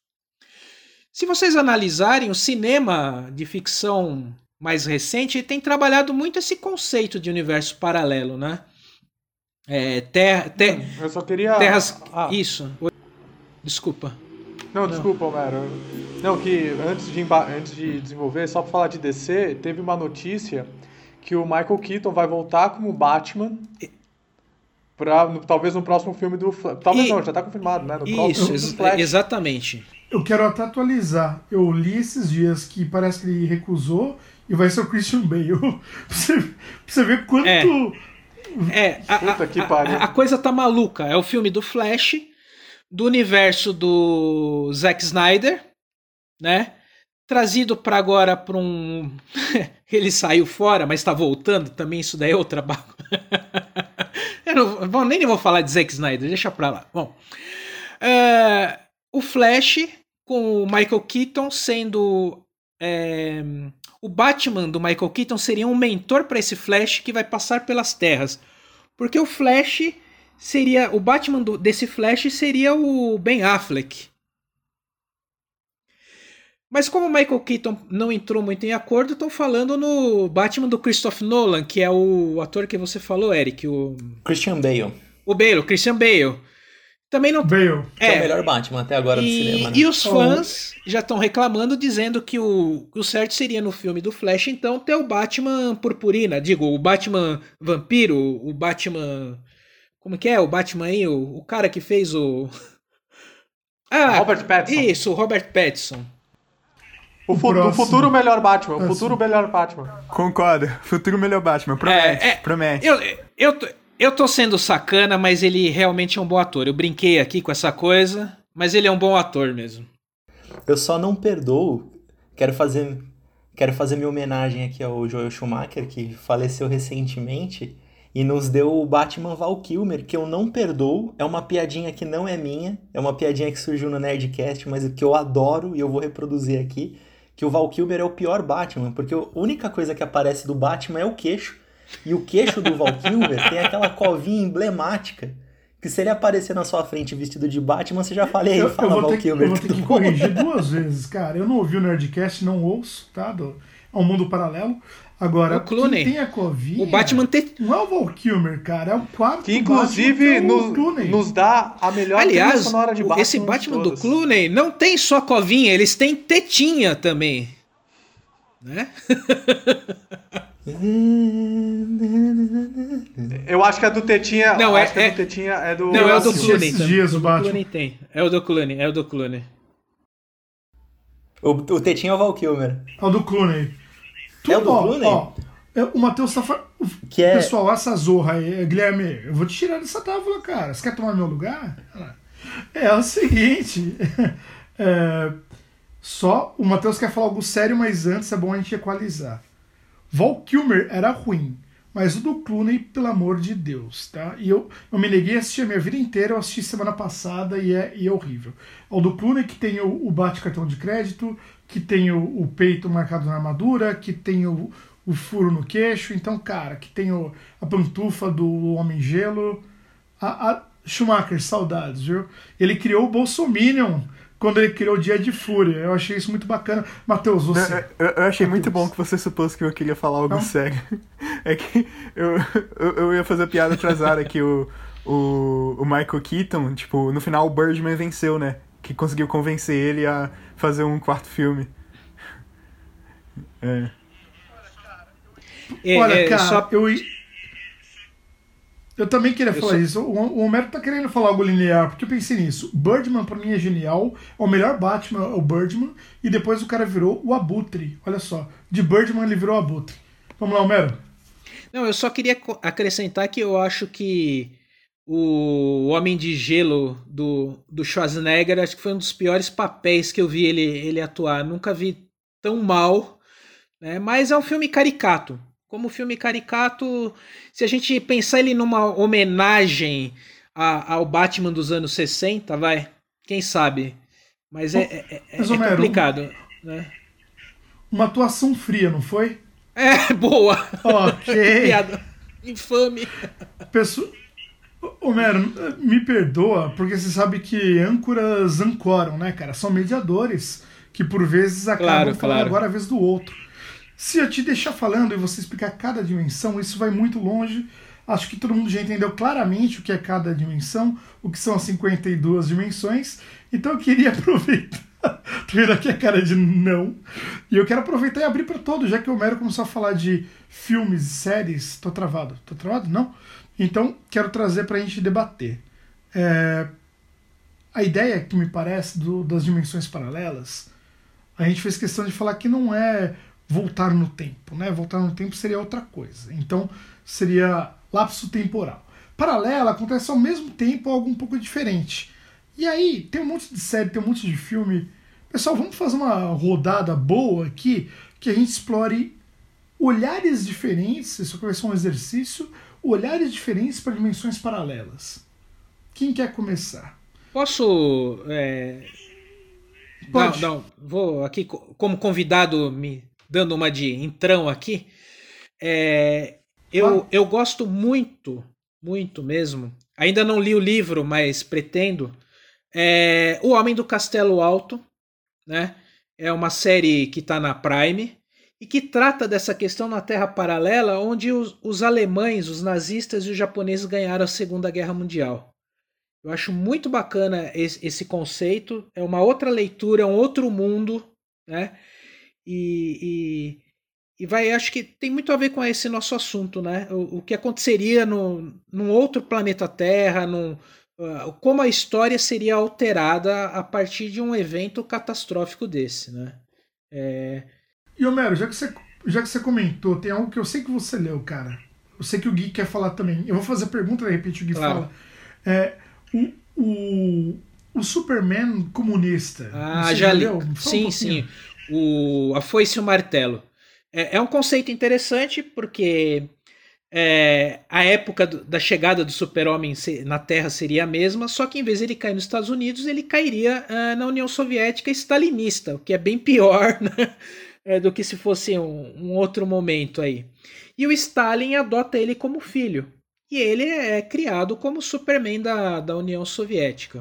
Se vocês analisarem, o cinema de ficção mais recente tem trabalhado muito esse conceito de universo paralelo, né? É, ter, ter, Eu só queria... terras... Ah. Isso. Desculpa. Não, desculpa, Homero. Não, que antes de, antes de desenvolver, só pra falar de D C, teve uma notícia que o Michael Keaton vai voltar como Batman pra, no, talvez no próximo filme do... Talvez e, não, já tá confirmado, né? No isso, próximo ex do Flash. Exatamente. Eu quero até atualizar. Eu li esses dias que parece que ele recusou e vai ser o Christian Bale. pra, você, pra você ver quanto... É, é a, Puta a, que a, pariu. a coisa tá maluca. É o filme do Flash, do universo do Zack Snyder, né? Trazido para agora para um... Ele saiu fora, mas tá voltando também, isso daí é outra bagunça. Eu não, bom, nem vou falar de Zack Snyder, deixa pra lá. Bom, uh, o Flash com o Michael Keaton sendo... É, o Batman do Michael Keaton seria um mentor para esse Flash que vai passar pelas terras. Porque o Flash seria... O Batman do, desse Flash seria o Ben Affleck. Mas como o Michael Keaton não entrou muito em acordo, estão falando no Batman do Christopher Nolan, que é o ator que você falou, Eric. O Christian Bale. O Bale, o Christian Bale. Também não... Bale. Que é, é o melhor Batman até agora do e, cinema, né? E os fãs oh. já estão reclamando, dizendo que o, o certo seria no filme do Flash, então, ter o Batman purpurina. Digo, o Batman vampiro, o Batman... Como que é? O Batman aí, o, o cara que fez o... Ah, Robert Pattinson. Isso, o Robert Pattinson. O, fu o futuro melhor Batman. O futuro melhor Batman. Concordo. Futuro melhor Batman. Promete. É, é, promete. Eu, eu, tô, eu tô sendo sacana, mas ele realmente é um bom ator. Eu brinquei aqui com essa coisa, mas ele é um bom ator mesmo. Eu só não perdoo. Quero fazer, quero fazer minha homenagem aqui ao Joel Schumacher, que faleceu recentemente e nos deu o Batman Val Kilmer, que eu não perdoo. É uma piadinha que não é minha. É uma piadinha que surgiu no Nerdcast, mas que eu adoro e eu vou reproduzir aqui. Que o Val Kilmer é o pior Batman, porque a única coisa que aparece do Batman é o queixo. E o queixo do Val Kilmer tem aquela covinha emblemática, que se ele aparecer na sua frente vestido de Batman, você já fala, aí, fala Val Kilmer. Eu vou ter que corrigir duas vezes, cara. Eu não ouvi o Nerdcast, não ouço, tá? Do, é um mundo paralelo. Agora, quem tem a covinha... O Batman te... não é o Val Kilmer, cara. É o quarto que inclusive Batman, no, nos dá a melhor Aliás, trilha sonora de Batman. Esse Batman do Clooney não tem só covinha, eles têm tetinha também. Né? Eu acho que a do Tetinha... Não, é, acho que a é, do Tetinha é do... Não, é o do Clooney. Esses dias o Batman. Clooney tem. É o do Clooney, é o do Clooney. O, o Tetinha é o Val Kilmer. É o do Clooney. É o do Clooney? Ó, O Matheus tá falando. Que é... Pessoal, essa zorra aí, Guilherme, eu vou te tirar dessa tábua, cara. Você quer tomar meu lugar? É, é o seguinte. É, só o Matheus quer falar algo sério, mas antes é bom a gente equalizar. Val Kilmer era ruim, mas o do Clooney, pelo amor de Deus, tá? E eu, eu me neguei a assistir a minha vida inteira, eu assisti semana passada e é, e é horrível. O do Clooney que tem o, o bate-cartão de crédito, que tem o, o peito marcado na armadura, que tem o, o furo no queixo, então, cara, que tem o, a pantufa do Homem-Gelo. A, a Schumacher, saudades, viu? Ele criou o Bolsominion quando ele criou o Dia de Fúria. Eu achei isso muito bacana. Matheus, você... Eu, eu achei Mateus. muito bom que você supôs que eu queria falar algo Não? sério. É que eu, eu, eu ia fazer piada pra Zara que o, o, o Michael Keaton, tipo, no final o Birdman venceu, né? Que conseguiu convencer ele a fazer um quarto filme. É. É, Olha, é, cara, só... eu... Eu também queria Eu falar só- isso. O, o Homero tá querendo falar algo linear, porque eu pensei nisso. Birdman, pra mim, é genial. É o melhor Batman, é o Birdman. E depois o cara virou o Abutre. Olha só. De Birdman ele virou o Abutre. Vamos lá, Homero. Não, eu só queria co- acrescentar que eu acho que o Homem de Gelo do, do Schwarzenegger acho que foi um dos piores papéis que eu vi ele, ele atuar. Nunca vi tão mal, né? Mas é um filme caricato. Como filme caricato, se a gente pensar ele numa homenagem a- ao Batman dos anos sessenta, vai, quem sabe? Mas é, é, é- Mas, é Homero, complicado, né? Uma atuação fria, não foi? É, boa! Ok. Piada infame. Pessoa... Homero, me perdoa, porque você sabe que âncoras ancoram, né, cara? São mediadores que por vezes acabam Claro, falando claro. agora a vez do outro. Se eu te deixar falando e você explicar cada dimensão, isso vai muito longe. Acho que todo mundo já entendeu claramente o que é cada dimensão, o que são as cinquenta e duas dimensões. Então eu queria aproveitar. Tô vendo aqui a cara de não. E eu quero aproveitar e abrir para todos, já que o Homero começou a falar de filmes e séries. Tô travado. Tô travado? Não? Então quero trazer para a gente debater. É... A ideia que me parece do, das dimensões paralelas, a gente fez questão de falar que não é voltar no tempo, né? Voltar no tempo seria outra coisa. Então, seria lapso temporal. Paralela acontece ao mesmo tempo algo um pouco diferente. E aí, tem um monte de série, tem um monte de filme. Pessoal, vamos fazer uma rodada boa aqui, que a gente explore olhares diferentes, isso aqui vai ser um exercício, olhares diferentes para dimensões paralelas. Quem quer começar? Posso. É... Pode. Não, não, vou aqui co- como convidado me dando uma de entrão aqui. É, eu, Claro. eu gosto muito, muito mesmo. Ainda não li o livro, mas pretendo. É, O Homem do Castelo Alto, né? É uma série que está na Prime e que trata dessa questão na Terra Paralela, onde os, os alemães, os nazistas e os japoneses ganharam a Segunda Guerra Mundial. Eu acho muito bacana esse, esse conceito. É uma outra leitura, é um outro mundo, né? E, e, e vai, acho que tem muito a ver com esse nosso assunto, né? O, o que aconteceria no, num outro planeta Terra, num, uh, como a história seria alterada a partir de um evento catastrófico desse, né? É, E Homero, já que, você, já que você comentou, tem algo que eu sei que você leu, cara. Eu sei que o Gui quer falar também. Eu vou fazer a pergunta, de repente o Gui Claro. fala. É, o, o, o Superman comunista. Ah, você já li. leu? Fala um Sim, pouquinho. sim. O, a Foice e o Martelo. É, é um conceito interessante porque é, a época do- da chegada do Super-Homem se- na Terra seria a mesma, só que em vez de ele cair nos Estados Unidos, ele cairia ah, na União Soviética stalinista, o que é bem pior, né, é, do que se fosse um, um outro momento aí. E o Stalin adota ele como filho. E ele é criado como Superman da, da União Soviética.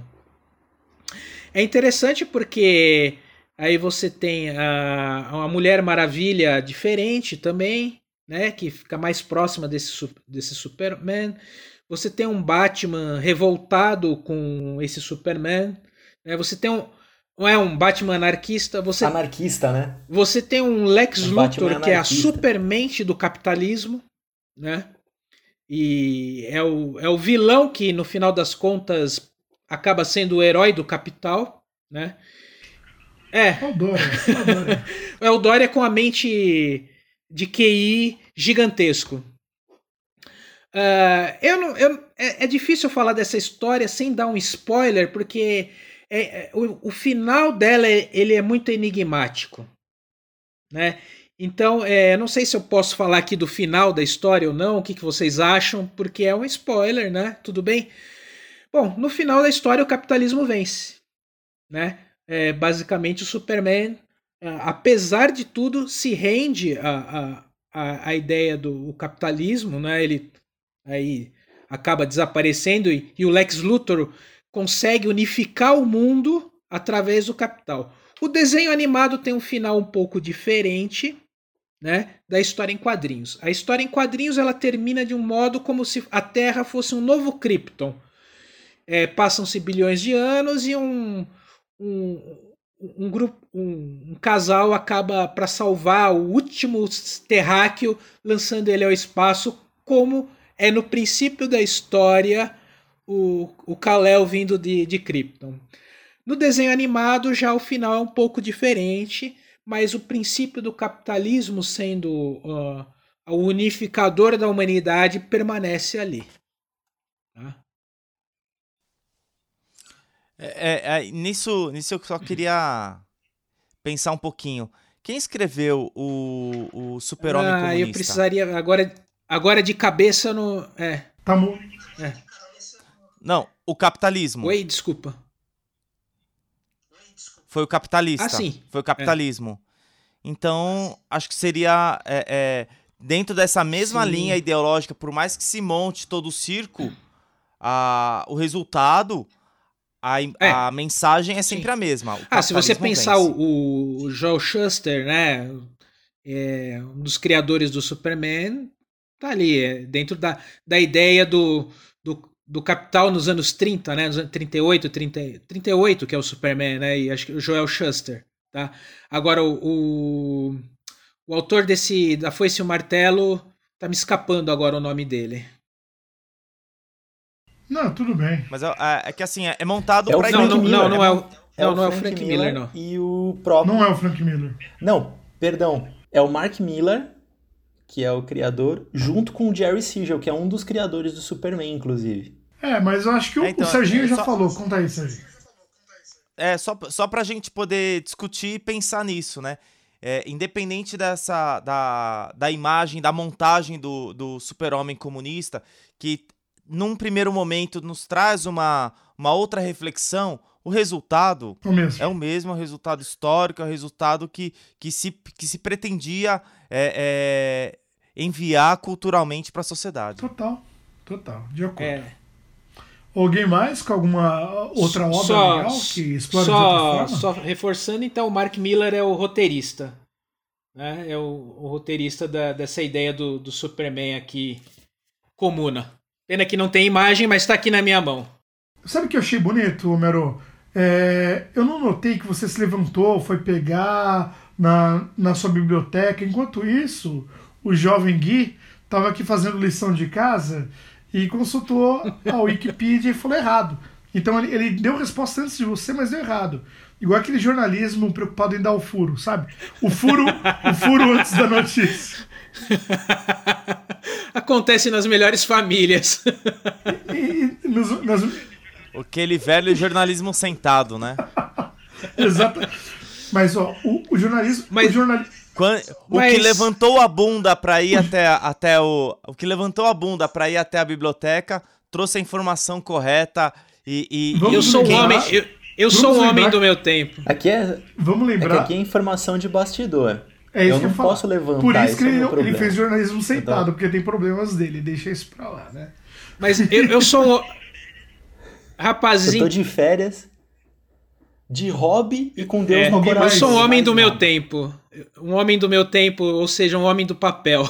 É interessante porque aí você tem a, uma Mulher Maravilha diferente também, né, que fica mais próxima desse, su- desse Superman. Você tem um Batman revoltado com esse Superman. Né, você tem um, não é um Batman anarquista. Você, Anarquista, né? você tem um Lex Um Batman Luthor que é a anarquista. supermente do capitalismo, né? E é o, é o vilão que, no final das contas, acaba sendo o herói do capital, né? É, Olha o Dória, olha o Dória. é o Dória com a mente de Q I gigantesco. Uh, eu não, eu, é, é difícil falar dessa história sem dar um spoiler, porque é, é, o, o final dela é, ele é muito enigmático, né? Então, é, não sei se eu posso falar aqui do final da história ou não, o que, que vocês acham, porque é um spoiler, né? Tudo bem? Bom, no final da história o capitalismo vence, né? É, basicamente o Superman, apesar de tudo, se rende à, à, à ideia do capitalismo, né? Ele aí acaba desaparecendo e, e o Lex Luthor consegue unificar o mundo através do capital. O desenho animado tem um final um pouco diferente, né, da história em quadrinhos. A história em quadrinhos ela termina de um modo como se a Terra fosse um novo Krypton. É, passam-se bilhões de anos e um, um, um, grupo, um, um casal acaba para salvar o último terráqueo, lançando ele ao espaço, como é no princípio da história o, o Kal-El vindo de, de Krypton. No desenho animado já o final é um pouco diferente, mas o princípio do capitalismo sendo uh, o unificador da humanidade permanece ali. Tá? É, é, nisso, nisso eu só queria pensar um pouquinho. Quem escreveu o, o Super-Homem ah, Comunista? Eu precisaria... Agora, agora de cabeça no... É. Tá bom. É. Não, o capitalismo. Oi, desculpa. Foi o capitalista. Ah, sim. Foi o capitalismo. É. Então, acho que seria... É, é, dentro dessa mesma sim. linha ideológica, por mais que se monte todo o circo, a, o resultado... A, é. a mensagem é sempre Sim. a mesma. Ah, se você pensar o, o Joel Shuster, né, é, um dos criadores do Superman, tá ali, é, dentro da, da ideia do, do, do capital nos anos trinta, né, nos anos trinta e oito, trinta, trinta e oito, que é o Superman, né, e acho que o Joel Shuster, tá? Agora, o, o, o autor desse, da Foice e o Martelo, tá me escapando agora o nome dele. Não, tudo bem. Mas é, é que assim, é montado é pra... Não, não, Miller, não, não é, é o, é não, o não Frank, é o Frank Miller, Miller, não. E o próprio... Não é o Frank Miller. Não, perdão. É o Mark Miller, que é o criador, junto com o Jerry Siegel, que é um dos criadores do Superman, inclusive. É, mas eu acho que o, é, então, o Serginho é, já só... falou. Conta aí, Serginho. É, só, só pra gente poder discutir e pensar nisso, né? É, independente dessa, da, da imagem, da montagem do, do Super-Homem comunista, que num primeiro momento nos traz uma, uma outra reflexão, o resultado o mesmo. é o mesmo, é o resultado histórico, é o resultado que, que, se, que se pretendia é, é, enviar culturalmente para a sociedade. Total, total, de acordo. É. Alguém mais com alguma outra obra só, legal que explora só, de outra forma? Só reforçando, então, o Mark Miller é o roteirista. Né? É o, o roteirista da, dessa ideia do, do Superman aqui, comuna. Pena que não tem imagem, mas está aqui na minha mão. Sabe o que eu achei bonito, Homero? É, eu não notei que você se levantou, foi pegar na, na sua biblioteca. Enquanto isso, o jovem Gui estava aqui fazendo lição de casa e consultou a Wikipedia e falou errado. Então ele, ele deu resposta antes de você, mas deu errado. Igual aquele jornalismo preocupado em dar o furo, sabe? O furo, o furo antes da notícia. Acontece nas melhores famílias. E, e, nos, nas... Aquele velho jornalismo sentado, né? Exato. Mas ó, o, o jornalismo... Mas... O jornal... Quando, o Mas... que levantou a bunda para ir até, até o... O que levantou a bunda para ir até a biblioteca, trouxe a informação correta e... e eu sou um homem... Eu, eu sou um homem do meu tempo. Aqui é... Vamos lembrar... É que aqui é informação de bastidor. É isso eu que não eu falo. posso levantar. Por isso que ele, é ele fez jornalismo sentado, então... porque tem problemas dele. Deixa isso pra lá, né? Mas eu, eu sou um... Rapazinho... Eu tô de férias, de hobby e com Deus é, no coração. Eu sou um homem do meu nada. tempo. Um homem do meu tempo, ou seja, um homem do papel.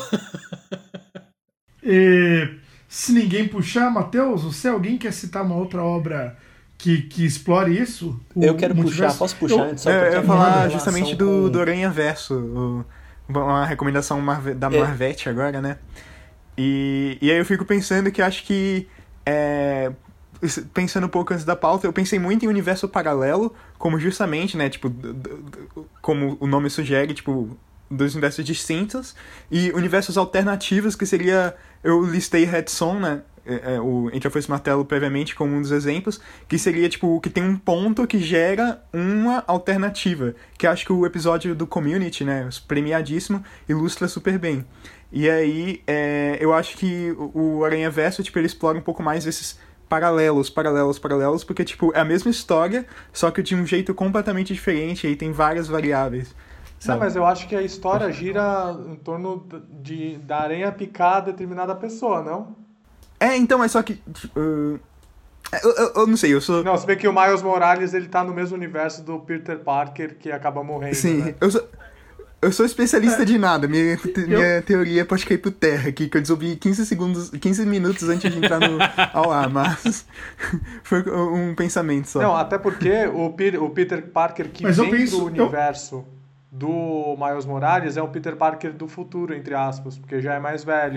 E, se ninguém puxar, Matheus, você alguém quer citar uma outra obra... Que, que explore isso? Eu quero puxar, posso puxar eu, antes? Só eu ia falar justamente do, com... do Aranha Verso, o, uma recomendação Marve, da Marvete é. agora, né? E, e aí eu fico pensando que acho que, é, pensando um pouco antes da pauta, eu pensei muito em universo paralelo, como justamente, né, tipo, como o nome sugere, tipo, dois universos distintos, e universos alternativos, que seria... Eu listei Redson, né? É, é, o Entre a Foice e o Martelo previamente como um dos exemplos, que seria, tipo, que tem um ponto que gera uma alternativa, que acho que o episódio do Community, né, premiadíssimo, ilustra super bem. E aí, é, eu acho que o Aranhaverso, tipo, ele explora um pouco mais esses paralelos, paralelos, paralelos, porque, tipo, é a mesma história, só que de um jeito completamente diferente, e aí tem várias variáveis. Não, mas eu acho que a história gira em torno de, da aranha picar determinada pessoa, não? É, então, é só que... Uh, eu, eu, eu não sei, eu sou... Não, se bem que o Miles Morales, ele tá no mesmo universo do Peter Parker, que acaba morrendo, Sim, né? eu sou... Eu sou especialista é. de nada, minha, te, eu... minha teoria pode cair por terra aqui, que eu desenvolvi quinze segundos, quinze minutos antes de entrar no, ao ar, mas foi um pensamento só. Não, até porque o, Peter, o Peter Parker que mas vem penso, do universo eu... do Miles Morales é um Peter Parker do futuro, entre aspas, porque já é mais velho.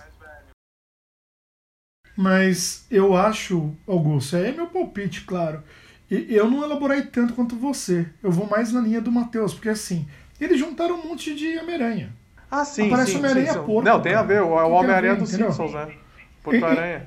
Mas eu acho, Augusto, é meu palpite, claro. E eu não elaborei tanto quanto você. Eu vou mais na linha do Matheus, porque assim, eles juntaram um monte de Homem-Aranha. Ah, sim, Aparece sim. Homem-Aranha sim, porco. Não, tem a ver, é o Homem-Aranha dos entendeu? Simpsons, né? Porco-Aranha.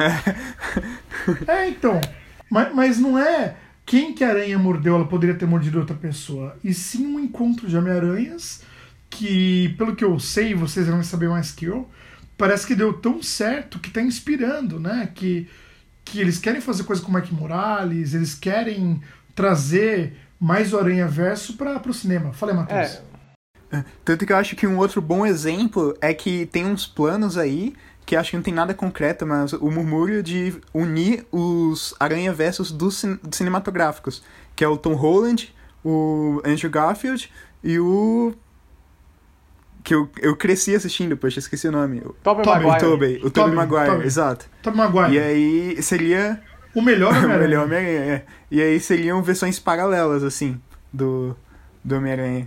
É, então. Mas, mas não é quem que a aranha mordeu, ela poderia ter mordido outra pessoa. E sim um encontro de Homem-Aranhas que, pelo que eu sei, vocês vão saber mais que eu, parece que deu tão certo que tá inspirando, né? Que, que eles querem fazer coisa com o Mike Morales, eles querem trazer mais o Aranhaverso para o cinema. Fala aí, Matheus. É. Tanto que eu acho que um outro bom exemplo é que tem uns planos aí que acho que não tem nada concreto, mas o murmúrio de unir os Aranhaversos dos cin- cinematográficos, que é o Tom Holland, o Andrew Garfield e o... que eu, eu cresci assistindo, poxa, esqueci o nome. Tobey Tobey. Maguire. O Tobey, o Tobey Maguire, Tobey. exato. Tobey Maguire. E aí seria... O melhor o Homem-Aranha. melhor Homem-Aranha, é. E aí seriam versões paralelas, assim, do, do Homem-Aranha.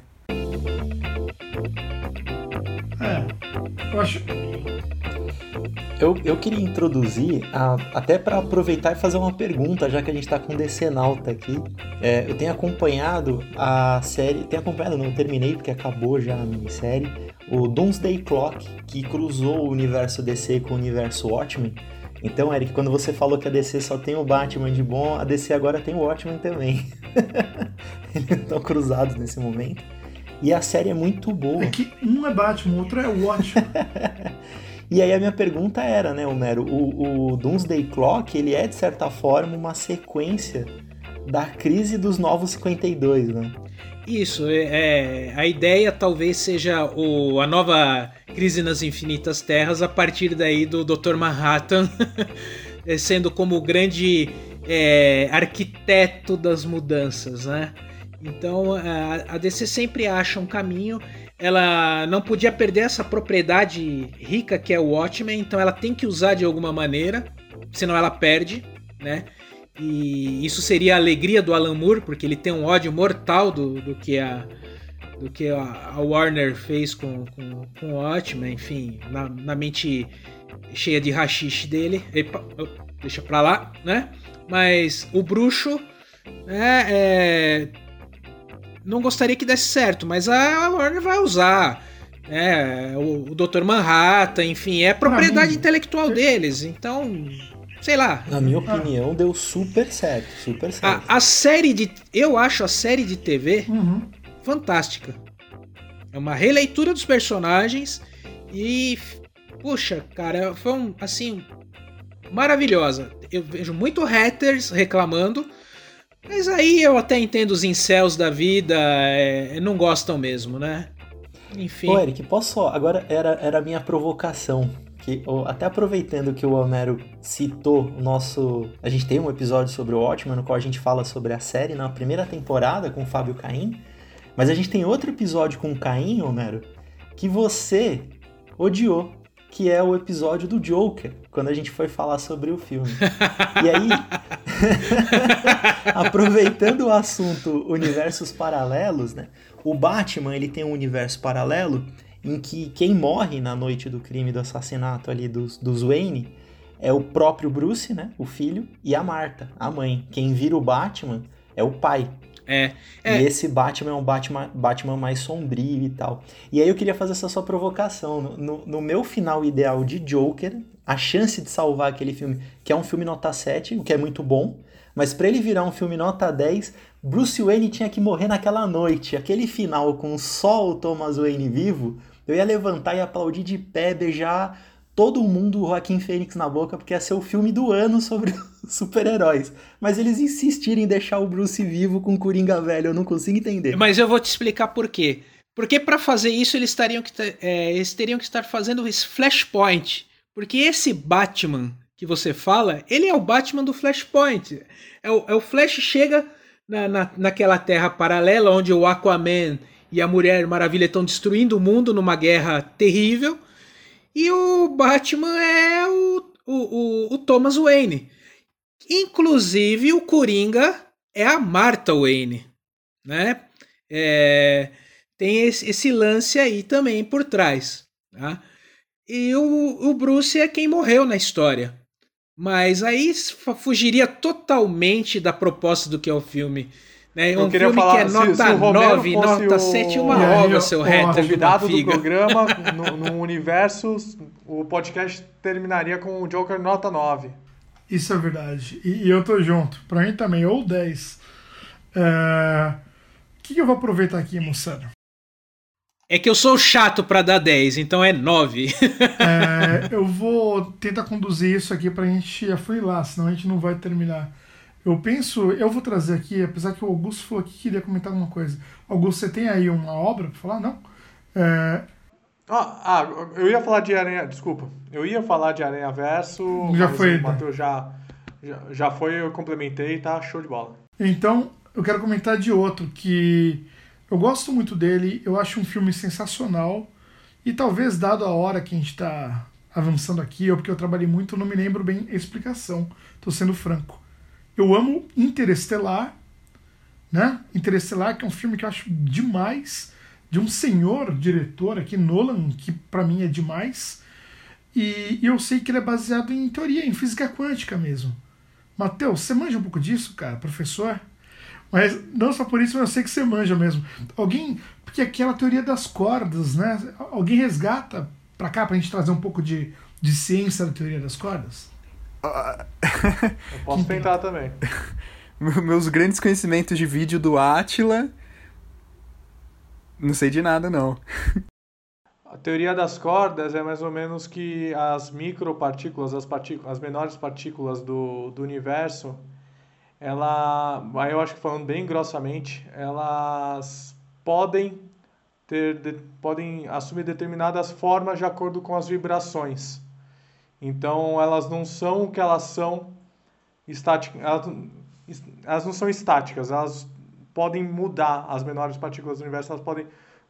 É, eu acho... Eu, eu queria introduzir, a, até para aproveitar e fazer uma pergunta, já que a gente está com o DCnauta aqui. É, eu tenho acompanhado a série, tenho acompanhado, não terminei porque acabou já a minissérie, o Doomsday Clock, que cruzou o universo D C com o universo Watchmen. Então, Eric, quando você falou que a D C só tem o Batman de bom, a D C agora tem o Watchmen também. Eles estão cruzados nesse momento. E a série é muito boa. É que um é Batman, o outro é o Watchmen. E aí a minha pergunta era, né, Homero, o, o Doomsday Clock, ele é, de certa forma, uma sequência da crise dos Novos cinquenta e dois, né? Isso, é, a ideia talvez seja o, a nova Crise nas Infinitas Terras a partir daí do doutor Manhattan sendo como o grande é, arquiteto das mudanças, né? Então a, a D C sempre acha um caminho. Ela não podia perder essa propriedade rica que é o Watchmen, então ela tem que usar de alguma maneira, senão ela perde, né? E isso seria a alegria do Alan Moore, porque ele tem um ódio mortal do, do que, a, do que a, a Warner fez com, com, com o Watchmen, enfim, na, na mente cheia de rachixe dele. Epa, deixa pra lá, né? Mas o bruxo, né, é... não gostaria que desse certo, mas a Warner vai usar, né, o, o doutor Manhattan, enfim, é propriedade mim, intelectual deles, então, sei lá. Na minha opinião, deu super certo, super certo. A, a série de... Eu acho a série de T V Uhum. fantástica. É uma releitura dos personagens e, puxa, cara, foi um, assim, maravilhosa. Eu vejo muito haters reclamando, mas aí eu até entendo os incels da vida, é, não gostam mesmo, né? Enfim. Ô, Eric, posso só? Agora era, era a minha provocação. Que, ó, até aproveitando que o Homero citou o nosso... A gente tem um episódio sobre o Watchmen, no qual a gente fala sobre a série na primeira temporada com o Fábio Caim. Mas a gente tem outro episódio com o Caim, Homero, que você odiou. Que é o episódio do Joker, quando a gente foi falar sobre o filme. E aí, aproveitando o assunto universos paralelos, né? O Batman, ele tem um universo paralelo em que quem morre na noite do crime, do assassinato ali dos, dos Wayne, é o próprio Bruce, né? O filho, e a Martha, a mãe. Quem vira o Batman é o pai. É, é. E esse Batman é um Batman, Batman mais sombrio e tal. E aí eu queria fazer essa sua provocação. No, no, no meu final ideal de Joker, a chance de salvar aquele filme, que é um filme nota sete, o que é muito bom, mas pra ele virar um filme nota dez, Bruce Wayne tinha que morrer naquela noite. Aquele final com só o Thomas Wayne vivo, eu ia levantar e aplaudir de pé, beijar todo mundo o Joaquin Phoenix na boca, porque ia ser o filme do ano sobre super-heróis. Mas eles insistirem em deixar o Bruce vivo com o Coringa velho, eu não consigo entender. Mas eu vou te explicar por quê. Porque para fazer isso eles, teriam que é, eles teriam que estar fazendo esse Flashpoint. Porque esse Batman que você fala, ele é o Batman do Flashpoint. É o, é o Flash chega na, na, naquela terra paralela onde o Aquaman e a Mulher Maravilha estão destruindo o mundo numa guerra terrível. E o Batman é o, o, o, o Thomas Wayne. Inclusive, o Coringa é a Martha Wayne. Né? É, tem esse, esse lance aí também por trás. Tá? E o, o Bruce é quem morreu na história. Mas aí fugiria totalmente da proposta do que é o filme. Né? Um filme falar, que é nota se, se nove, nota sete, uma ova, seu reto. Convidado do programa, no, no universo, o podcast terminaria com o Joker nota nove. Isso é verdade. E, e eu tô junto. Pra mim também, ou dez. É... O que, que eu vou aproveitar aqui, moçada? É que eu sou chato pra dar dez, então é nove. é, eu vou tentar conduzir isso aqui pra gente afunilar, senão a gente não vai terminar. Eu penso, eu vou trazer aqui, apesar que o Augusto falou que queria comentar alguma coisa. Augusto, você tem aí uma obra pra falar? Não? É... Ah, ah, eu ia falar de Aranha... Desculpa. Eu ia falar de Aranha Verso, já mas foi, o Matheus já, já, já foi, eu complementei, tá show de bola. Então, eu quero comentar de outro que eu gosto muito dele, eu acho um filme sensacional e talvez, dado a hora que a gente tá avançando aqui, ou porque eu trabalhei muito, eu não me lembro bem a explicação. Tô sendo franco. Eu amo Interestelar, né? Interestelar, que é um filme que eu acho demais, de um senhor diretor aqui, Nolan, que pra mim é demais. E, e eu sei que ele é baseado em teoria, em física quântica mesmo. Matheus, você manja um pouco disso, cara, professor? Mas não só por isso, mas eu sei que você manja mesmo. Alguém, porque aquela teoria das cordas, né? Alguém resgata pra cá, pra gente trazer um pouco de, de ciência da teoria das cordas? Eu posso tentar também. Meus grandes conhecimentos de vídeo do Átila, não sei de nada, não. A teoria das cordas é mais ou menos que as micropartículas, as, partículas, as menores partículas do, do universo, ela, aí eu acho que falando bem grossamente, elas podem ter, de, podem assumir determinadas formas de acordo com as vibrações. Então elas não são o que elas são estáticas, elas, elas não são estáticas, elas podem mudar, as menores partículas do universo, elas podem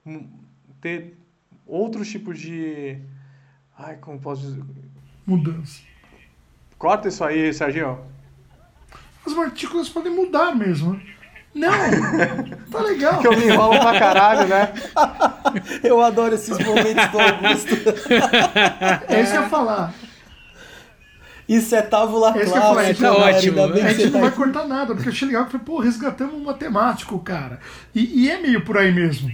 ter outros tipos de... Ai, como posso dizer? Mudança. Corta isso aí, Serginho. As partículas podem mudar mesmo. Não, tá legal. Que eu me enrolo pra caralho, né? Eu adoro esses momentos do Augusto. É isso que eu ia falar. Isso é tábula é clássica. Falar, tá ótimo. A gente não vai cortar nada, porque eu achei legal que foi, pô, resgatamos um matemático, cara. E, e é meio por aí mesmo.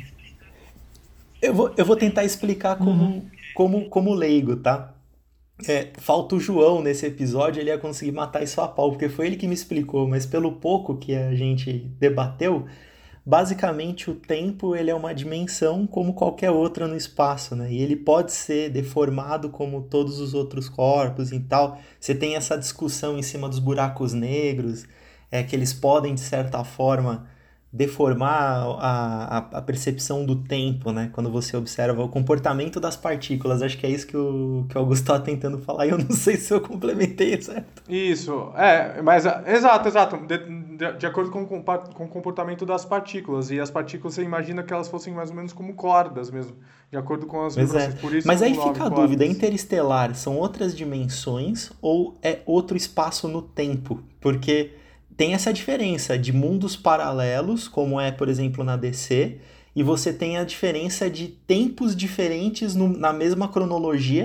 Eu vou, eu vou tentar explicar como, uhum. como, como leigo, tá? É, falta o João nesse episódio, ele ia conseguir matar isso a pau, porque foi ele que me explicou, mas pelo pouco que a gente debateu, basicamente o tempo ele é uma dimensão como qualquer outra no espaço, né? E ele pode ser deformado como todos os outros corpos e tal. Você tem essa discussão em cima dos buracos negros, é, que eles podem, de certa forma, deformar a, a, a percepção do tempo, né? Quando você observa o comportamento das partículas. Acho que é isso que o, que o Augusto estava tentando falar e eu não sei se eu complementei, certo? Isso, é, mas exato, exato, de, de, de acordo com, com, com o comportamento das partículas, e as partículas você imagina que elas fossem mais ou menos como cordas mesmo, de acordo com as vibrações. É. Por isso mas aí fica a cordas. Dúvida, interestelar são outras dimensões ou é outro espaço no tempo? Porque tem essa diferença de mundos paralelos, como é, por exemplo, na D C, e você tem a diferença de tempos diferentes no, na mesma cronologia,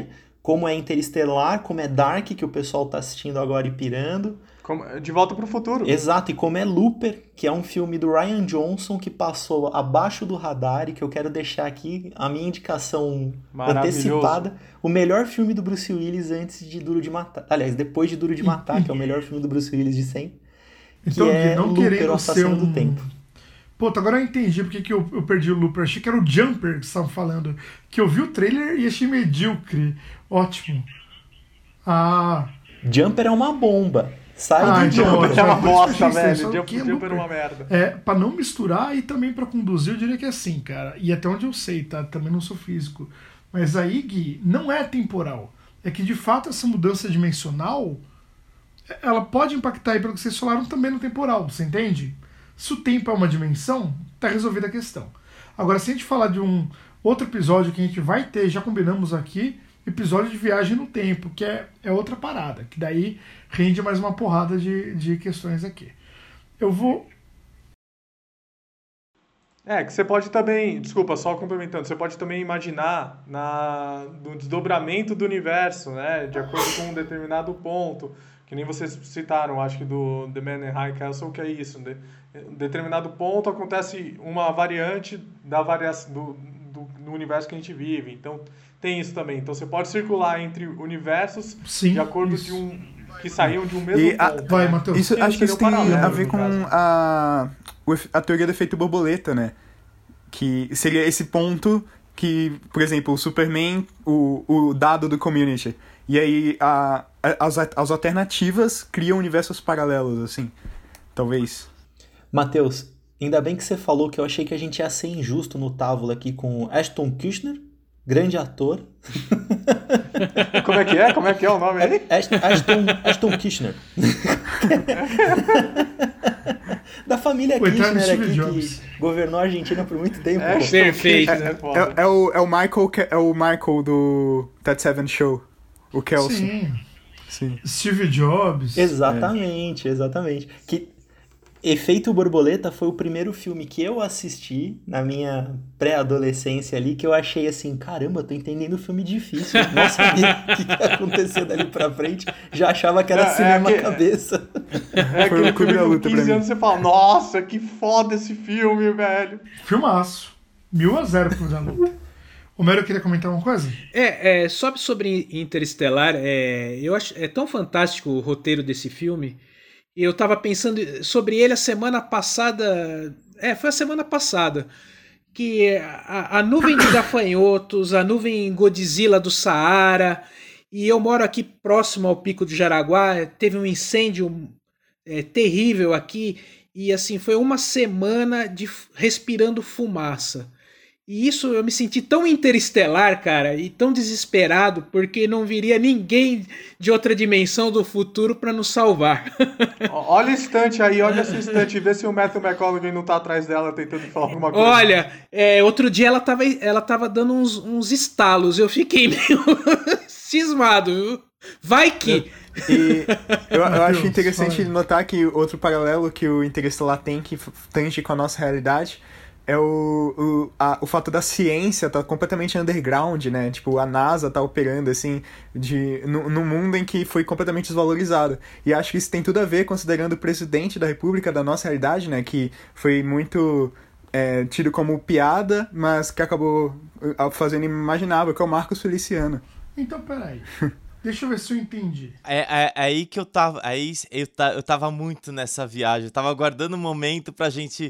como é Interestelar, como é Dark, que o pessoal tá assistindo agora e pirando. Como- De Volta pro Futuro. Exato, e como é Looper, que é um filme do Rian Johnson que passou abaixo do radar e que eu quero deixar aqui a minha indicação Maravilhoso. antecipada. O melhor filme do Bruce Willis antes de Duro de Matar. Aliás, depois de Duro de Matar, que é o melhor filme do Bruce Willis de sempre. Que Então, é não Looper, o querendo ser Assassino um... do Tempo. Puta, agora eu entendi porque que eu, eu perdi o Looper. Achei que era o Jumper que vocês estavam falando. Que eu vi o trailer e achei medíocre. Ótimo. Ah... Jumper é uma bomba. Sai Ah, do então, Jumper. ótimo. É uma Por isso que eu bosta, achei velho. estranho, só que Jumper é Jumper é uma Looper. merda. É, pra não misturar e também pra conduzir, eu diria que é assim, cara. E até onde eu sei, tá? Também não sou físico. Mas aí, Gui, não é temporal. É que, de fato, essa mudança dimensional, ela pode impactar aí pelo que vocês falaram também no temporal, você entende? Se o tempo é uma dimensão, tá resolvida a questão. Agora, se a gente falar de um outro episódio que a gente vai ter, já combinamos aqui, episódio de viagem no tempo, que é, é outra parada, que daí rende mais uma porrada de, de questões aqui. Eu vou... É, que você pode também, desculpa, só complementando, você pode também imaginar na, no desdobramento do universo, né, de acordo com um determinado ponto, que nem vocês citaram, acho que do The Man in High Castle, que é isso, de, em determinado ponto acontece uma variante da variação do, do, do universo que a gente vive, então tem isso também, então você pode circular entre universos Sim, de acordo isso. de um, que saíam de um mesmo E a- ponto. Vai, né? Matheus. Isso, Que acho que isso tem seria um paralelo, a ver no com caso. a, o efe- a teoria do efeito borboleta, né? Que seria esse ponto que, por exemplo, o Superman, o, o dado do Community, e aí a, a- as, as alternativas criam universos paralelos, assim, talvez. Matheus, ainda bem que você falou que eu achei que a gente ia ser injusto no Távola aqui com Ashton Kutcher, grande ator. Como é que é? Como é que é o nome aí? Ash- Ashton, Ashton Kutcher. Da família O eterno Kirchner Steve aqui, Jobs. que governou a Argentina por muito tempo. É, pô. Perfeito. É, foda. É, é, o, é, o Michael, que- é o Michael do That Seven Show, o Kelso. Sim. Sim. Steve Jobs. Exatamente, exatamente. Que Efeito Borboleta foi o primeiro filme que eu assisti na minha pré-adolescência ali, que eu achei assim, caramba, tô entendendo o filme difícil. Não sabia o que que ia acontecer dali pra frente. Já achava que era É, é cinema aquele- cabeça. É Foi aquele o Clube filme da com Luta pra quinze mim. anos você fala, nossa, que foda esse filme, velho. Filmaço. Mil a zero pro da luta. O Mero queria comentar uma coisa? É, é só sobre Interestelar, é, eu acho é tão fantástico o roteiro desse filme. Eu tava pensando sobre ele a semana passada. É, foi a semana passada. Que a, a nuvem de gafanhotos, a nuvem Godzilla do Saara. E eu moro aqui próximo ao Pico do Jaraguá. Teve um incêndio é, terrível aqui. E assim, foi uma semana de f- respirando fumaça. E isso eu me senti tão interestelar, cara, e tão desesperado, porque não viria ninguém de outra dimensão do futuro pra nos salvar. Ó, Olha a estante aí, olha essa estante, vê se o Matthew McConaughey não tá atrás dela tentando falar alguma coisa. Olha, é, outro dia ela tava, ela tava dando uns, uns estalos, eu fiquei meio cismado, viu? Vai que... E eu, eu acho Deus, interessante fala. notar que outro paralelo que o Interestelar tem, que f- tange com a nossa realidade, é o, o, a, o fato da ciência tá completamente underground, né? Tipo, a NASA tá operando, assim, de, no, num mundo em que foi completamente desvalorizado. E acho que isso tem tudo a ver, considerando o presidente da República da nossa realidade, né? Que foi muito é, tido como piada, mas que acabou uh, fazendo imaginável, que é o Marcos Feliciano. Então, peraí. Deixa eu ver se eu entendi. É, é, é aí que eu tava. Aí eu, ta, eu tava muito nessa viagem. Eu tava aguardando um momento pra gente.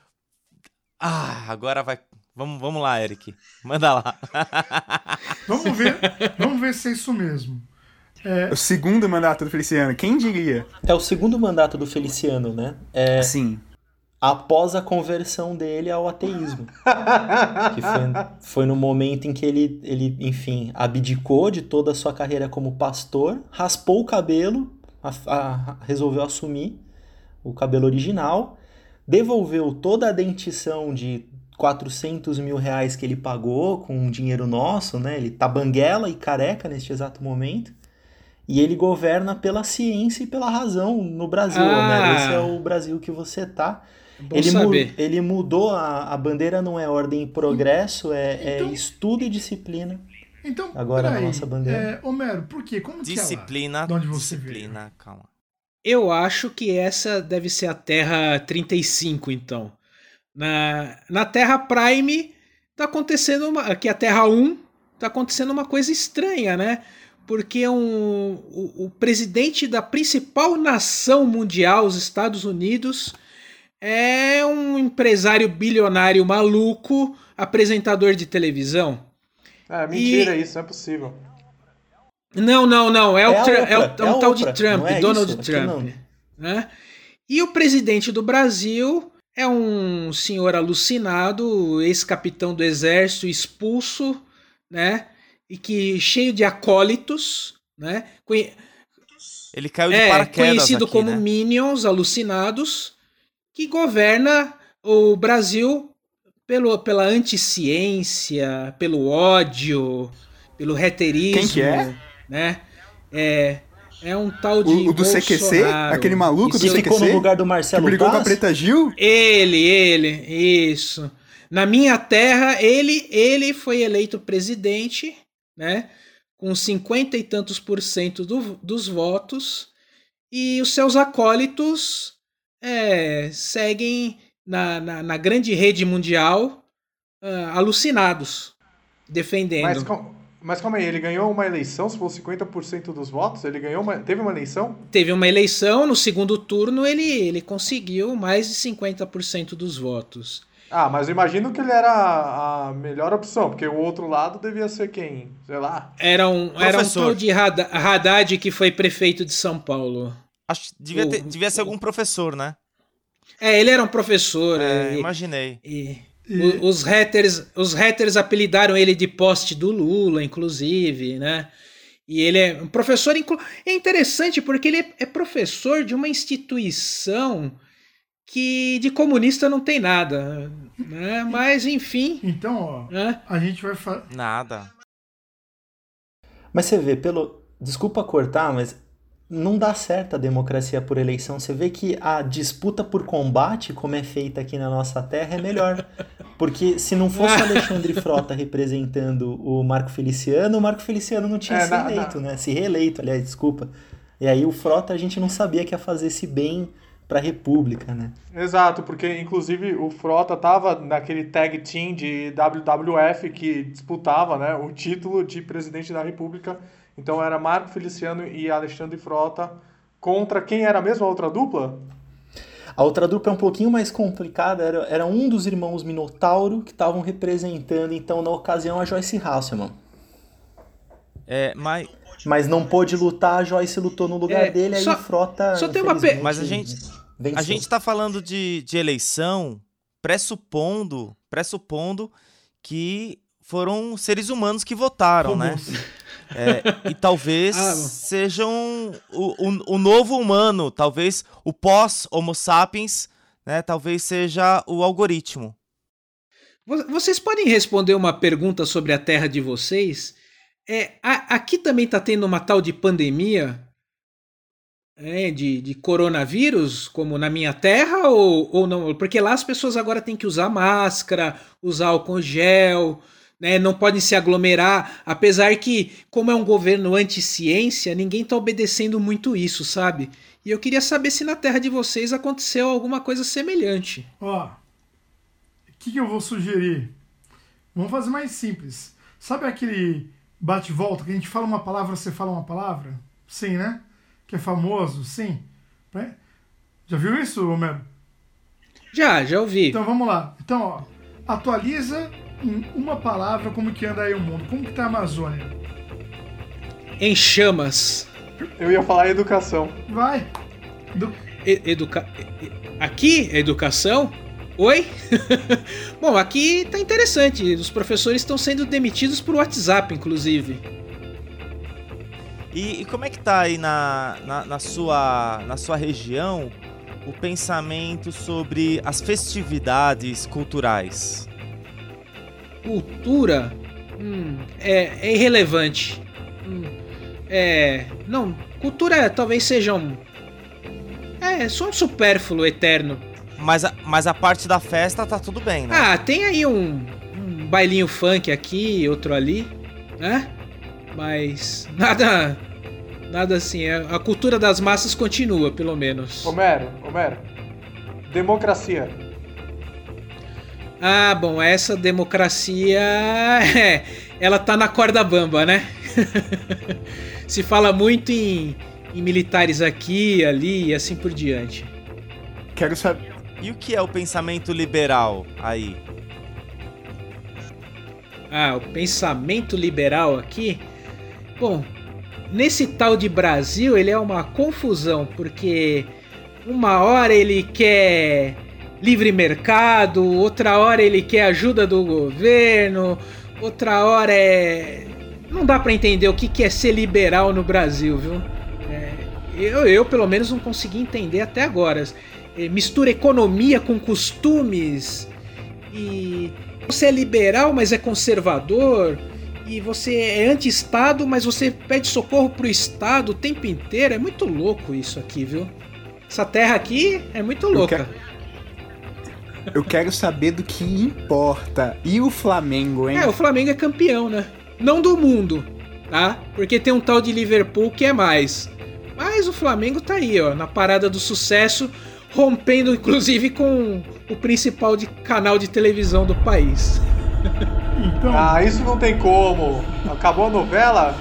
Ah, agora vai. Vamos, vamos lá, Eric. Manda lá. Vamos ver, vamos ver se é isso mesmo. O segundo mandato do Feliciano, quem diria? É o segundo mandato do Feliciano, né? É Sim. após a conversão dele ao ateísmo. Que foi, foi no momento em que ele, ele, enfim, abdicou de toda a sua carreira como pastor, raspou o cabelo, a, a, resolveu assumir o cabelo original, devolveu toda a dentição de quatrocentos mil reais que ele pagou com dinheiro nosso, né? Ele tá banguela e careca neste exato momento. E ele governa pela ciência e pela razão no Brasil, Ah. né? Esse é o Brasil que você tá. Bom Ele, mu- saber. ele mudou a, a bandeira, não é ordem e progresso, é, é Então- estudo e disciplina. Então, Agora peraí, na nossa bandeira. É, Homero, por quê? Como Disciplina, que é lá? De onde você disciplina, veio? calma. Eu acho que essa deve ser a Terra trinta e cinco, então. Na, na Terra Prime tá acontecendo uma. Aqui a Terra um tá acontecendo uma coisa estranha, né? Porque um, o, o presidente da principal nação mundial, os Estados Unidos, é um empresário bilionário maluco, apresentador de televisão. É, mentira E- isso, não é possível. Não, não, não. É, o, É a Tra- Oprah, é o, é é um a tal de Oprah, Trump, não é Donald isso? Aqui Trump. não. Né? E o presidente do Brasil é um senhor alucinado, ex-capitão do exército, expulso, né? E que cheio de acólitos, né? Conhe- Ele caiu de é, paraquedas conhecido aqui, como né? Minions alucinados, que governa o Brasil pelo, pela anticiência, pelo ódio, pelo reterismo. Quem que é? Né? É, é um tal de O, o do C Q C? Bolsonaro. Aquele maluco Isso, do Que ficou no C Q C? lugar do Que Marcelo brigou com a Taz? Preta Gil? Ele, ele, isso. Na minha terra, ele, ele foi eleito presidente, né? Com cinquenta e tantos por cento do, dos votos, e os seus acólitos é, seguem na, na, na grande rede mundial ah, alucinados, defendendo. Mas, cal- mas calma aí, ele ganhou uma eleição, se for cinquenta por cento dos votos? Ele ganhou uma, teve uma eleição? Teve uma eleição, no segundo turno ele, ele conseguiu mais de cinquenta por cento dos votos. Ah, mas eu imagino que ele era a a melhor opção, porque o outro lado devia ser quem? Sei lá. Era um, era um Professor. tal de Hada- Haddad que foi prefeito de São Paulo. Acho que devia, ter- O- devia ser algum professor, né? É, ele era um professor. É, e- imaginei. e E- o- os, haters, os haters apelidaram ele de poste do Lula, inclusive, né? E ele é um professor. inclu- É interessante porque ele é, é professor de uma instituição que de comunista não tem nada, né? Mas, enfim. Então, ó, Né? a gente vai falar. Nada. Mas você vê, pelo. Desculpa cortar, mas não dá certo a democracia por eleição. Você vê que a disputa por combate, como é feita aqui na nossa terra, é melhor. Porque se não fosse o Alexandre Frota representando o Marco Feliciano, o Marco Feliciano não tinha É, se na- eleito, na- né? Se reeleito, aliás, desculpa. E aí o Frota a gente não sabia que ia fazer esse bem pra República, né? Exato, porque inclusive o Frota tava naquele tag team de W W F que disputava, né, o título de presidente da República. Então era Marco Feliciano e Alexandre Frota contra quem era mesmo a outra dupla? A outra dupla é um pouquinho mais complicada, era, era um dos irmãos Minotauro que estavam representando, então, na ocasião, a Joyce Hasselman. É, mas, Mas não pôde lutar, a Joyce lutou no lugar É, dele, aí só- o Frota. só tem uma pe- infelizmente, mas a gente, venceu. a gente tá falando de, de eleição pressupondo, pressupondo que foram seres humanos que votaram, né? Robôs. É, e talvez Ah, sejam o, o, o novo humano, talvez o pós-Homo sapiens, né? Talvez seja o algoritmo. Vo- Vocês podem responder uma pergunta sobre a terra de vocês? É, a- aqui também está tendo uma tal de pandemia é, de, de coronavírus, como na minha terra, ou, ou não? Porque lá as pessoas agora têm que usar máscara, usar álcool gel, né, não podem se aglomerar, apesar que, como é um governo anti-ciência, ninguém está obedecendo muito isso, sabe? E eu queria saber se na terra de vocês aconteceu alguma coisa semelhante. Ó, o que, que eu vou sugerir? Vamos fazer mais simples. Sabe aquele bate-volta que a gente fala uma palavra, você fala uma palavra? Sim, né? Que é famoso, sim. Né? Já viu isso, Homero? Já, já ouvi. Então vamos lá. Então, ó, atualiza em uma palavra como que anda aí o mundo. Como que tá a Amazônia? Em chamas. Eu ia falar educação. Vai. Do- E- educa... e- e- Aqui, educação? Oi? Bom, aqui tá interessante. Os professores estão sendo demitidos por WhatsApp, inclusive. E, e como é que tá aí na, na, na sua, na sua região o pensamento sobre as festividades culturais? Cultura hum, é, é irrelevante. Hum, é. Não, cultura talvez seja um. É, só um supérfluo eterno. Mas a, mas a parte da festa tá tudo bem, né? Ah, tem aí um, um bailinho funk aqui, outro ali. né? Mas nada, nada assim, a cultura das massas continua, pelo menos. Homero, Homero, democracia. Ah, bom, essa democracia, é, ela tá na corda bamba, né? Se fala muito em, em militares aqui, ali e assim por diante. Quero saber. E o que é o pensamento liberal aí? Ah, o pensamento liberal aqui? Bom, nesse tal de Brasil ele é uma confusão, porque uma hora ele quer livre mercado, outra hora ele quer ajuda do governo, outra hora é... Não dá pra entender o que que é ser liberal no Brasil, viu? É, eu, eu, pelo menos, não consegui entender até agora. É, mistura economia com costumes e... Você é liberal, mas é conservador, e você é anti-Estado, mas você pede socorro pro Estado o tempo inteiro. É muito louco isso aqui, viu? Essa terra aqui é muito louca. Eu quero, eu quero saber do que importa. E o Flamengo, hein? É, o Flamengo é campeão, né? Não do mundo, tá? Porque tem um tal de Liverpool que é mais. Mas o Flamengo tá aí, ó, na parada do sucesso, rompendo inclusive com o principal de canal de televisão do país. Então, Ah, isso não tem como. Acabou a novela?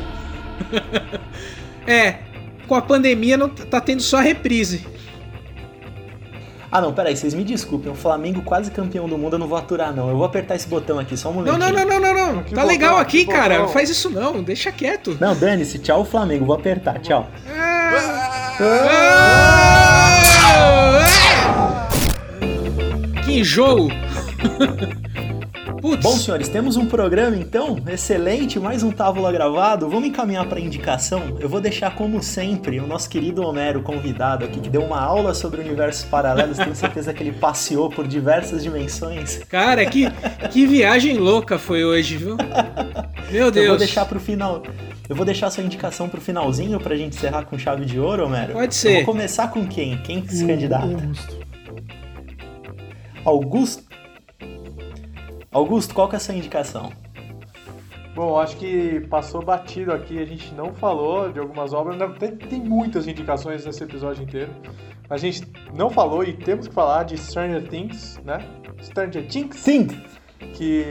É, com a pandemia não tá tendo só reprise. Ah, não, peraí, vocês me desculpem. O Flamengo quase campeão do mundo, eu não vou aturar, não. Eu vou apertar esse botão aqui, só um Não, momentinho. não, não, não, não, não. Que Tá botão, legal aqui, que cara. botão. Não faz isso não, deixa quieto. Não, dane-se. Tchau, Flamengo. Vou apertar. Tchau. Que enjoo. Putz. Bom, senhores, temos um programa, então, excelente, mais um Távola gravado. Vamos encaminhar para indicação? Eu vou deixar, como sempre, o nosso querido Homero convidado aqui, que deu uma aula sobre universos paralelos. Tenho certeza que ele passeou por diversas dimensões. Cara, que, que viagem louca foi hoje, viu? Meu Deus. Eu vou deixar pro final... Eu vou deixar sua indicação pro finalzinho pra gente encerrar com chave de ouro, Homero. Pode ser. Eu vou começar com quem? Quem se candidata? Augusto. Augusto? Augusto, qual que é a sua indicação? Bom, acho que passou batido aqui, a gente não falou de algumas obras, tem, tem muitas indicações nesse episódio inteiro. A gente não falou e temos que falar de Stranger Things, né? Stranger Things, Sim! que,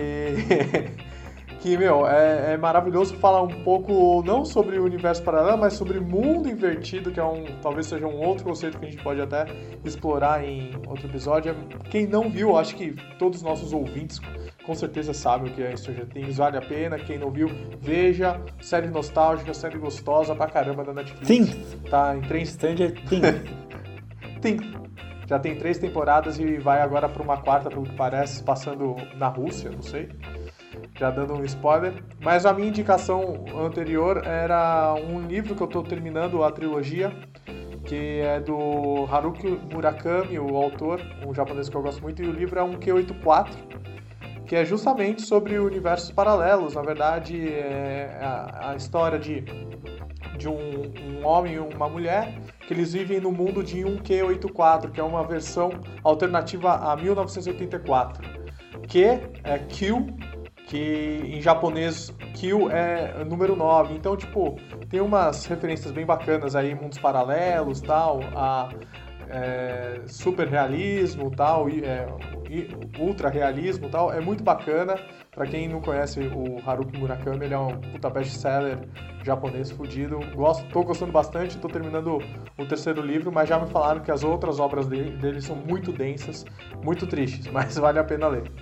que meu, é, é maravilhoso falar um pouco, não sobre o universo paralelo, mas sobre mundo invertido, que é um, talvez seja um outro conceito que a gente pode até explorar em outro episódio. Quem não viu, acho que todos os nossos ouvintes com certeza sabem o que é Stranger Things, vale a pena. Quem não viu, veja. Série nostálgica, série gostosa pra caramba da Netflix. Sim. Tá em três... Stranger Things. Things. Já tem três temporadas e vai agora pra uma quarta, pelo que parece, passando na Rússia, não sei. Já dando um spoiler. Mas a minha indicação anterior era um livro que eu tô terminando, a trilogia, que é do Haruki Murakami, o autor, um japonês que eu gosto muito, e o livro é um Q oitenta e quatro, que é justamente sobre universos paralelos. Na verdade, é a, a história de, de um, um homem e uma mulher, que eles vivem no mundo de um Q oitenta e quatro, que é uma versão alternativa a mil novecentos e oitenta e quatro. Q é Q, que em japonês Q é número nove. Então, tipo, tem umas referências bem bacanas aí, mundos paralelos, tal, a é, super realismo, tal, e, é, ultra realismo, tal. É muito bacana. Pra quem não conhece o Haruki Murakami, ele é um puta best-seller japonês fudido. Gosto, tô gostando bastante, tô terminando o terceiro livro, mas já me falaram que as outras obras dele, dele são muito densas, muito tristes, mas vale a pena ler.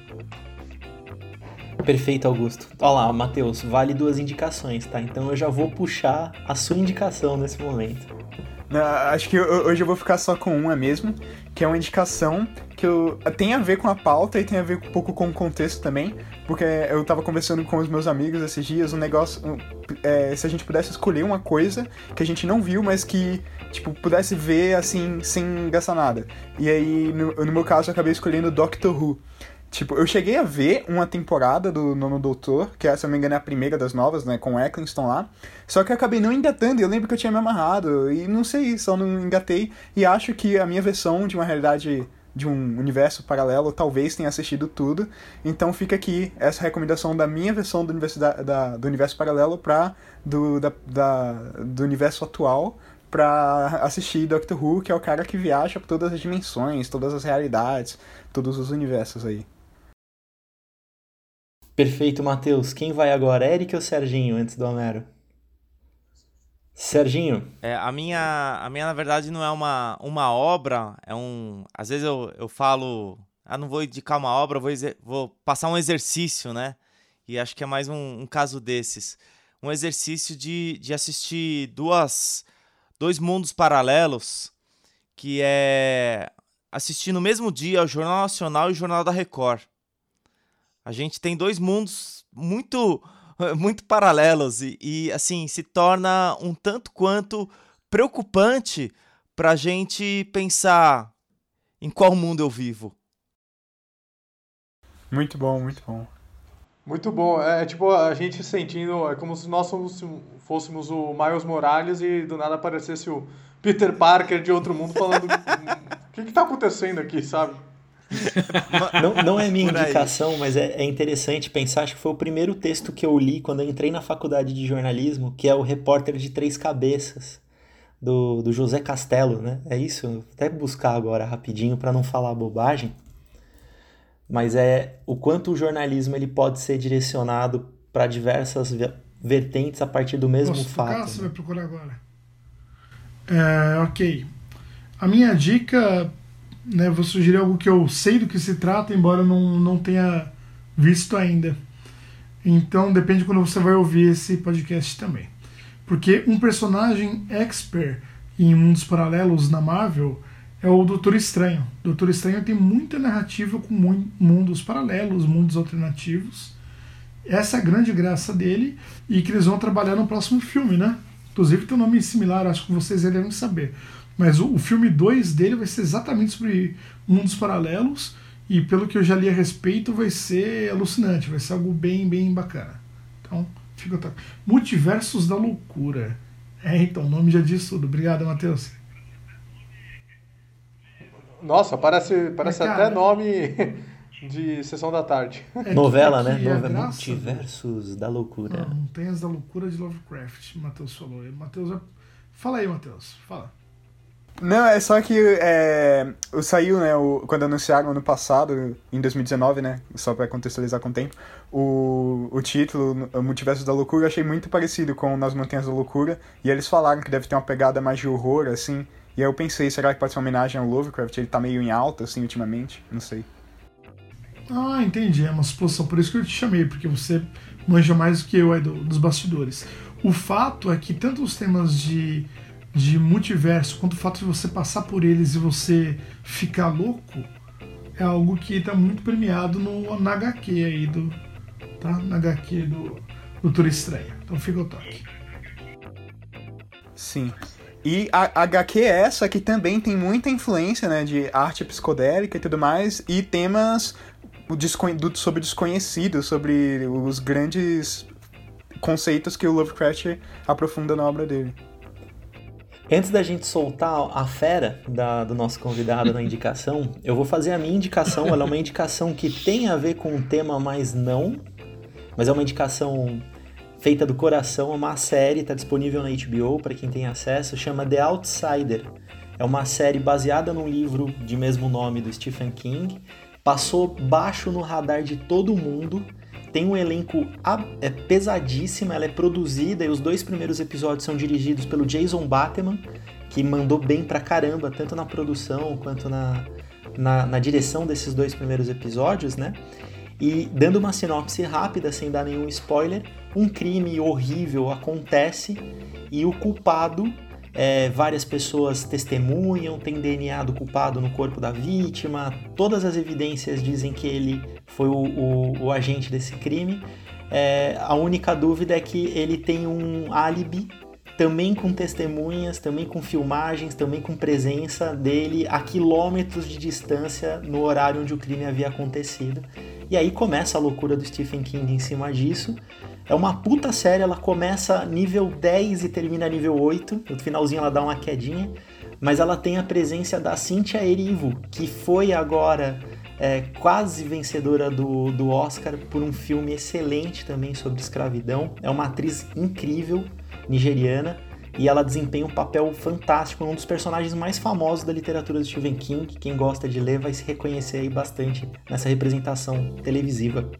Perfeito, Augusto. Olha lá, Matheus, vale duas indicações, tá? Então eu já vou puxar a sua indicação nesse momento. Não, acho que eu, hoje eu vou ficar só com uma mesmo, que é uma indicação que eu, tem a ver com a pauta e tem a ver um pouco com o contexto também, porque eu tava conversando com os meus amigos esses dias, um negócio, um, é, se a gente pudesse escolher uma coisa que a gente não viu, mas que, tipo, pudesse ver, assim, sem gastar nada. E aí, no, no meu caso, eu acabei escolhendo Doctor Who. Tipo, eu cheguei a ver uma temporada do Nono Doutor, que, se eu não me engano, é a primeira das novas, né, com o Eccleston lá. Só que eu acabei não engatando, e eu lembro que eu tinha me amarrado, e não sei, só não engatei. E acho que a minha versão de uma realidade de um universo paralelo, talvez tenha assistido tudo. Então fica aqui essa recomendação da minha versão do universo, da, da, do universo paralelo para do, da, da, do universo atual, para assistir Doctor Who, que é o cara que viaja por todas as dimensões, todas as realidades, todos os universos aí. Perfeito, Matheus. Quem vai agora, Eric ou Serginho, antes do Homero? Serginho. É, a minha, a minha, na verdade, não é uma, uma obra, é um... Às vezes eu, eu falo, ah, não vou indicar uma obra, vou, vou passar um exercício, né? E acho que é mais um, um caso desses. Um exercício de, de assistir duas, dois mundos paralelos, que é assistir no mesmo dia o Jornal Nacional e o Jornal da Record. A gente tem dois mundos muito... muito paralelos e, e, assim, se torna um tanto quanto preocupante pra gente pensar em qual mundo eu vivo. Muito bom, muito bom. Muito bom. É tipo a gente sentindo, é como se nós fôssemos o Miles Morales e do nada aparecesse o Peter Parker de outro mundo falando o que que tá acontecendo aqui, sabe? Não, não é minha indicação, mas é, é interessante pensar, acho que foi o primeiro texto que eu li quando eu entrei na faculdade de jornalismo, que é o Repórter de Três Cabeças, do, do José Castelo, né? É isso, vou até buscar agora rapidinho para não falar bobagem, mas é o quanto o jornalismo ele pode ser direcionado para diversas vertentes a partir do mesmo Posso fato. Tocar? Né? Você vai procurar agora. É, ok. A minha dica... Né, vou sugerir algo que eu sei do que se trata, embora eu não, não tenha visto ainda. Então depende de quando você vai ouvir esse podcast também. Porque um personagem expert em mundos paralelos na Marvel é o Doutor Estranho. O Doutor Estranho tem muita narrativa com mundos paralelos, mundos alternativos. Essa é a grande graça dele e que eles vão trabalhar no próximo filme, né? Inclusive tem um nome similar, acho que vocês já devem saber. Mas o, o filme dois dele vai ser exatamente sobre mundos paralelos e pelo que eu já li a respeito vai ser alucinante, vai ser algo bem, bem bacana. Então, fica o toque. Multiversos da Loucura. É, então, o nome já diz tudo. Obrigado, Matheus. Nossa, parece, parece É, cara, até nome de Sessão da Tarde. É Novela, que- né? que a Novela graça- Multiversos da Loucura. Não, Montanhas da Loucura de Lovecraft, Matheus falou. E Matheus vai- Fala aí, Matheus. Fala. Não, é só que é, o saiu, né, o, quando anunciaram ano passado, em dois mil e dezenove, né, só pra contextualizar com o tempo, o, o título, o Multiverso da Loucura, eu achei muito parecido com Nas Montanhas da Loucura, e eles falaram que deve ter uma pegada mais de horror, assim, e aí eu pensei, será que pode ser uma homenagem ao Lovecraft? Ele tá meio em alta, assim, ultimamente, não sei. Ah, entendi. É uma suposição. Por isso que eu te chamei, porque você manja mais do que eu aí do, dos bastidores. O fato é que tanto os temas de, de multiverso, quanto o fato de você passar por eles e você ficar louco, é algo que está muito premiado no, na H Q aí do. Tá? Na H Q do Doutor Estranho. Então fica o toque. Sim. E a H Q é essa que também tem muita influência, né, de arte psicodélica e tudo mais, e temas o descon- do, sobre desconhecidos, sobre os grandes conceitos que o Lovecraft aprofunda na obra dele. Antes da gente soltar a fera da, do nosso convidado na indicação, eu vou fazer a minha indicação. Ela é uma indicação que tem a ver com o tema, mas não. Mas é uma indicação feita do coração. É uma série, está disponível na H B O para quem tem acesso. Chama The Outsider. É uma série baseada num livro de mesmo nome do Stephen King. Passou baixo no radar de todo mundo. Tem um elenco é pesadíssimo, ela é produzida e os dois primeiros episódios são dirigidos pelo Jason Bateman, que mandou bem pra caramba, tanto na produção quanto na, na, na direção desses dois primeiros episódios, né? E dando uma sinopse rápida, sem dar nenhum spoiler, um crime horrível acontece e o culpado... É, várias pessoas testemunham, tem D N A do culpado no corpo da vítima, todas as evidências dizem que ele foi o, o, o agente desse crime. É, a única dúvida é que ele tem um álibi, também com testemunhas, também com filmagens, também com presença dele a quilômetros de distância no horário onde o crime havia acontecido. E aí começa a loucura do Stephen King em cima disso. É uma puta série, ela começa nível dez e termina nível oito. No finalzinho ela dá uma quedinha. mas ela tem a presença da Cynthia Erivo, que foi agora é, quase vencedora do, do Oscar por um filme excelente também sobre escravidão. É uma atriz incrível, nigeriana, e ela desempenha um papel fantástico, um dos personagens mais famosos da literatura do Stephen King. Quem gosta de ler vai se reconhecer aí bastante nessa representação televisiva.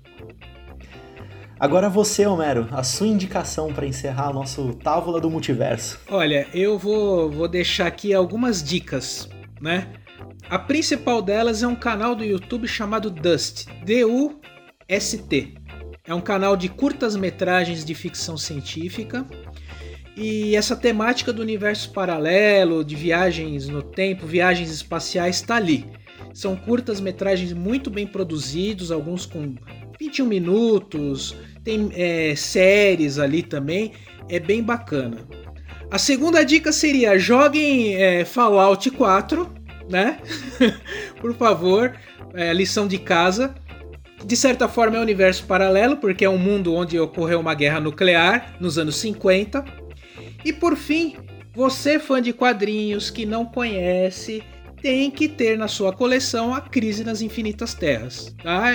Agora você, Homero, a sua indicação para encerrar o nosso Távola do Multiverso. Olha, eu vou, vou deixar aqui algumas dicas, né? A principal delas é um canal do YouTube chamado Dust, D U S T. É um canal de curtas-metragens de ficção científica. E essa temática do universo paralelo, de viagens no tempo, viagens espaciais, está ali. São curtas-metragens muito bem produzidos, alguns com vinte e um minutos, tem é, séries ali também, é bem bacana. A segunda dica seria, joguem é, Fallout quatro, né? Por favor, é, lição de casa. De certa forma é um universo paralelo, porque é um mundo onde ocorreu uma guerra nuclear nos anos cinquenta. E por fim, você fã de quadrinhos que não conhece, tem que ter na sua coleção A Crise nas Infinitas Terras. Tá?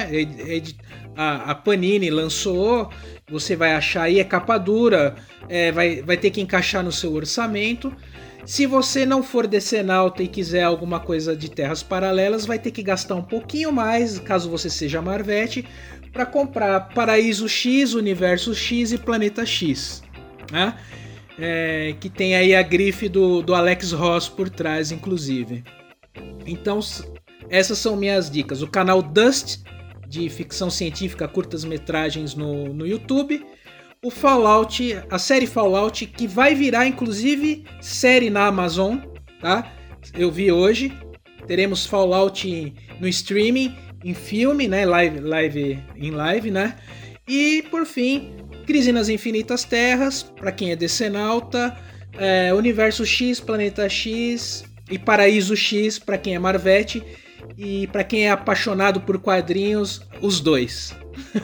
A Panini lançou, você vai achar aí, é capa dura, é, vai, vai ter que encaixar no seu orçamento. Se você não for decenalta e quiser alguma coisa de terras paralelas, vai ter que gastar um pouquinho mais, caso você seja Marvete, para comprar Paraíso X, Universo X e Planeta X, né? É, que tem aí a grife do, do Alex Ross por trás, inclusive. Então, essas são minhas dicas. O canal Dust, de ficção científica, curtas-metragens no, no YouTube. O Fallout, a série Fallout, que vai virar, inclusive, série na Amazon, tá? Eu vi hoje. Teremos Fallout no streaming, em filme, né? Live, live, em live, né? E, por fim, Crise nas Infinitas Terras, para quem é decenalta, é, Universo X, Planeta X e Paraíso X, para quem é Marvete, e para quem é apaixonado por quadrinhos, os dois.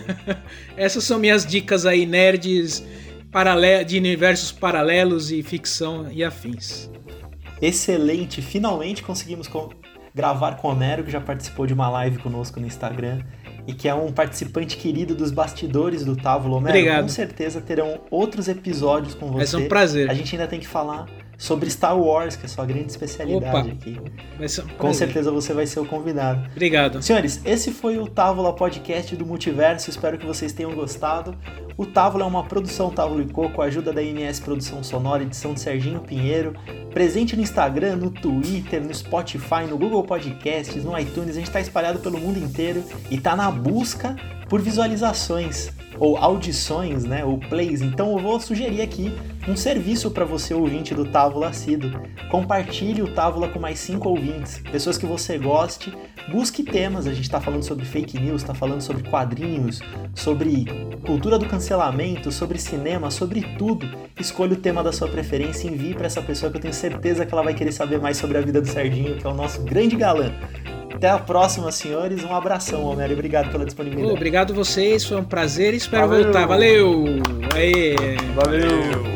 Essas são minhas dicas aí, nerds paralel, de universos paralelos e ficção e afins. Excelente, finalmente conseguimos co- gravar com o Homero, que já participou de uma live conosco no Instagram e que é um participante querido dos bastidores do Távola. Homero, obrigado. Com certeza terão outros episódios com você. Vai ser um prazer. A gente ainda tem que falar sobre Star Wars, que é a sua grande especialidade. Opa, aqui. Vai ser um prazer. Com certeza você vai ser o convidado. Obrigado. Senhores, esse foi o Távola Podcast do Multiverso, espero que vocês tenham gostado. O Távola é uma produção Távola e Co, com a ajuda da M S Produção Sonora, edição de Serginho Pinheiro, presente no Instagram, no Twitter, no Spotify, no Google Podcasts, no iTunes. A gente está espalhado pelo mundo inteiro e está na busca por visualizações, ou audições, né, ou plays. Então eu vou sugerir aqui um serviço para você, ouvinte do Távola assíduo. Compartilhe o Távola com mais cinco ouvintes, pessoas que você goste. Busque temas, a gente está falando sobre fake news, está falando sobre quadrinhos, sobre cultura do cancelamento, sobre cinema, sobre tudo. Escolha o tema da sua preferência e envie para essa pessoa que eu tenho certeza que ela vai querer saber mais sobre a vida do Serginho, que é o nosso grande galã. Até a próxima, senhores. Um abração, Homero. Obrigado pela disponibilidade. Obrigado a vocês, foi um prazer e espero Valeu. voltar. Valeu! Aê! Valeu!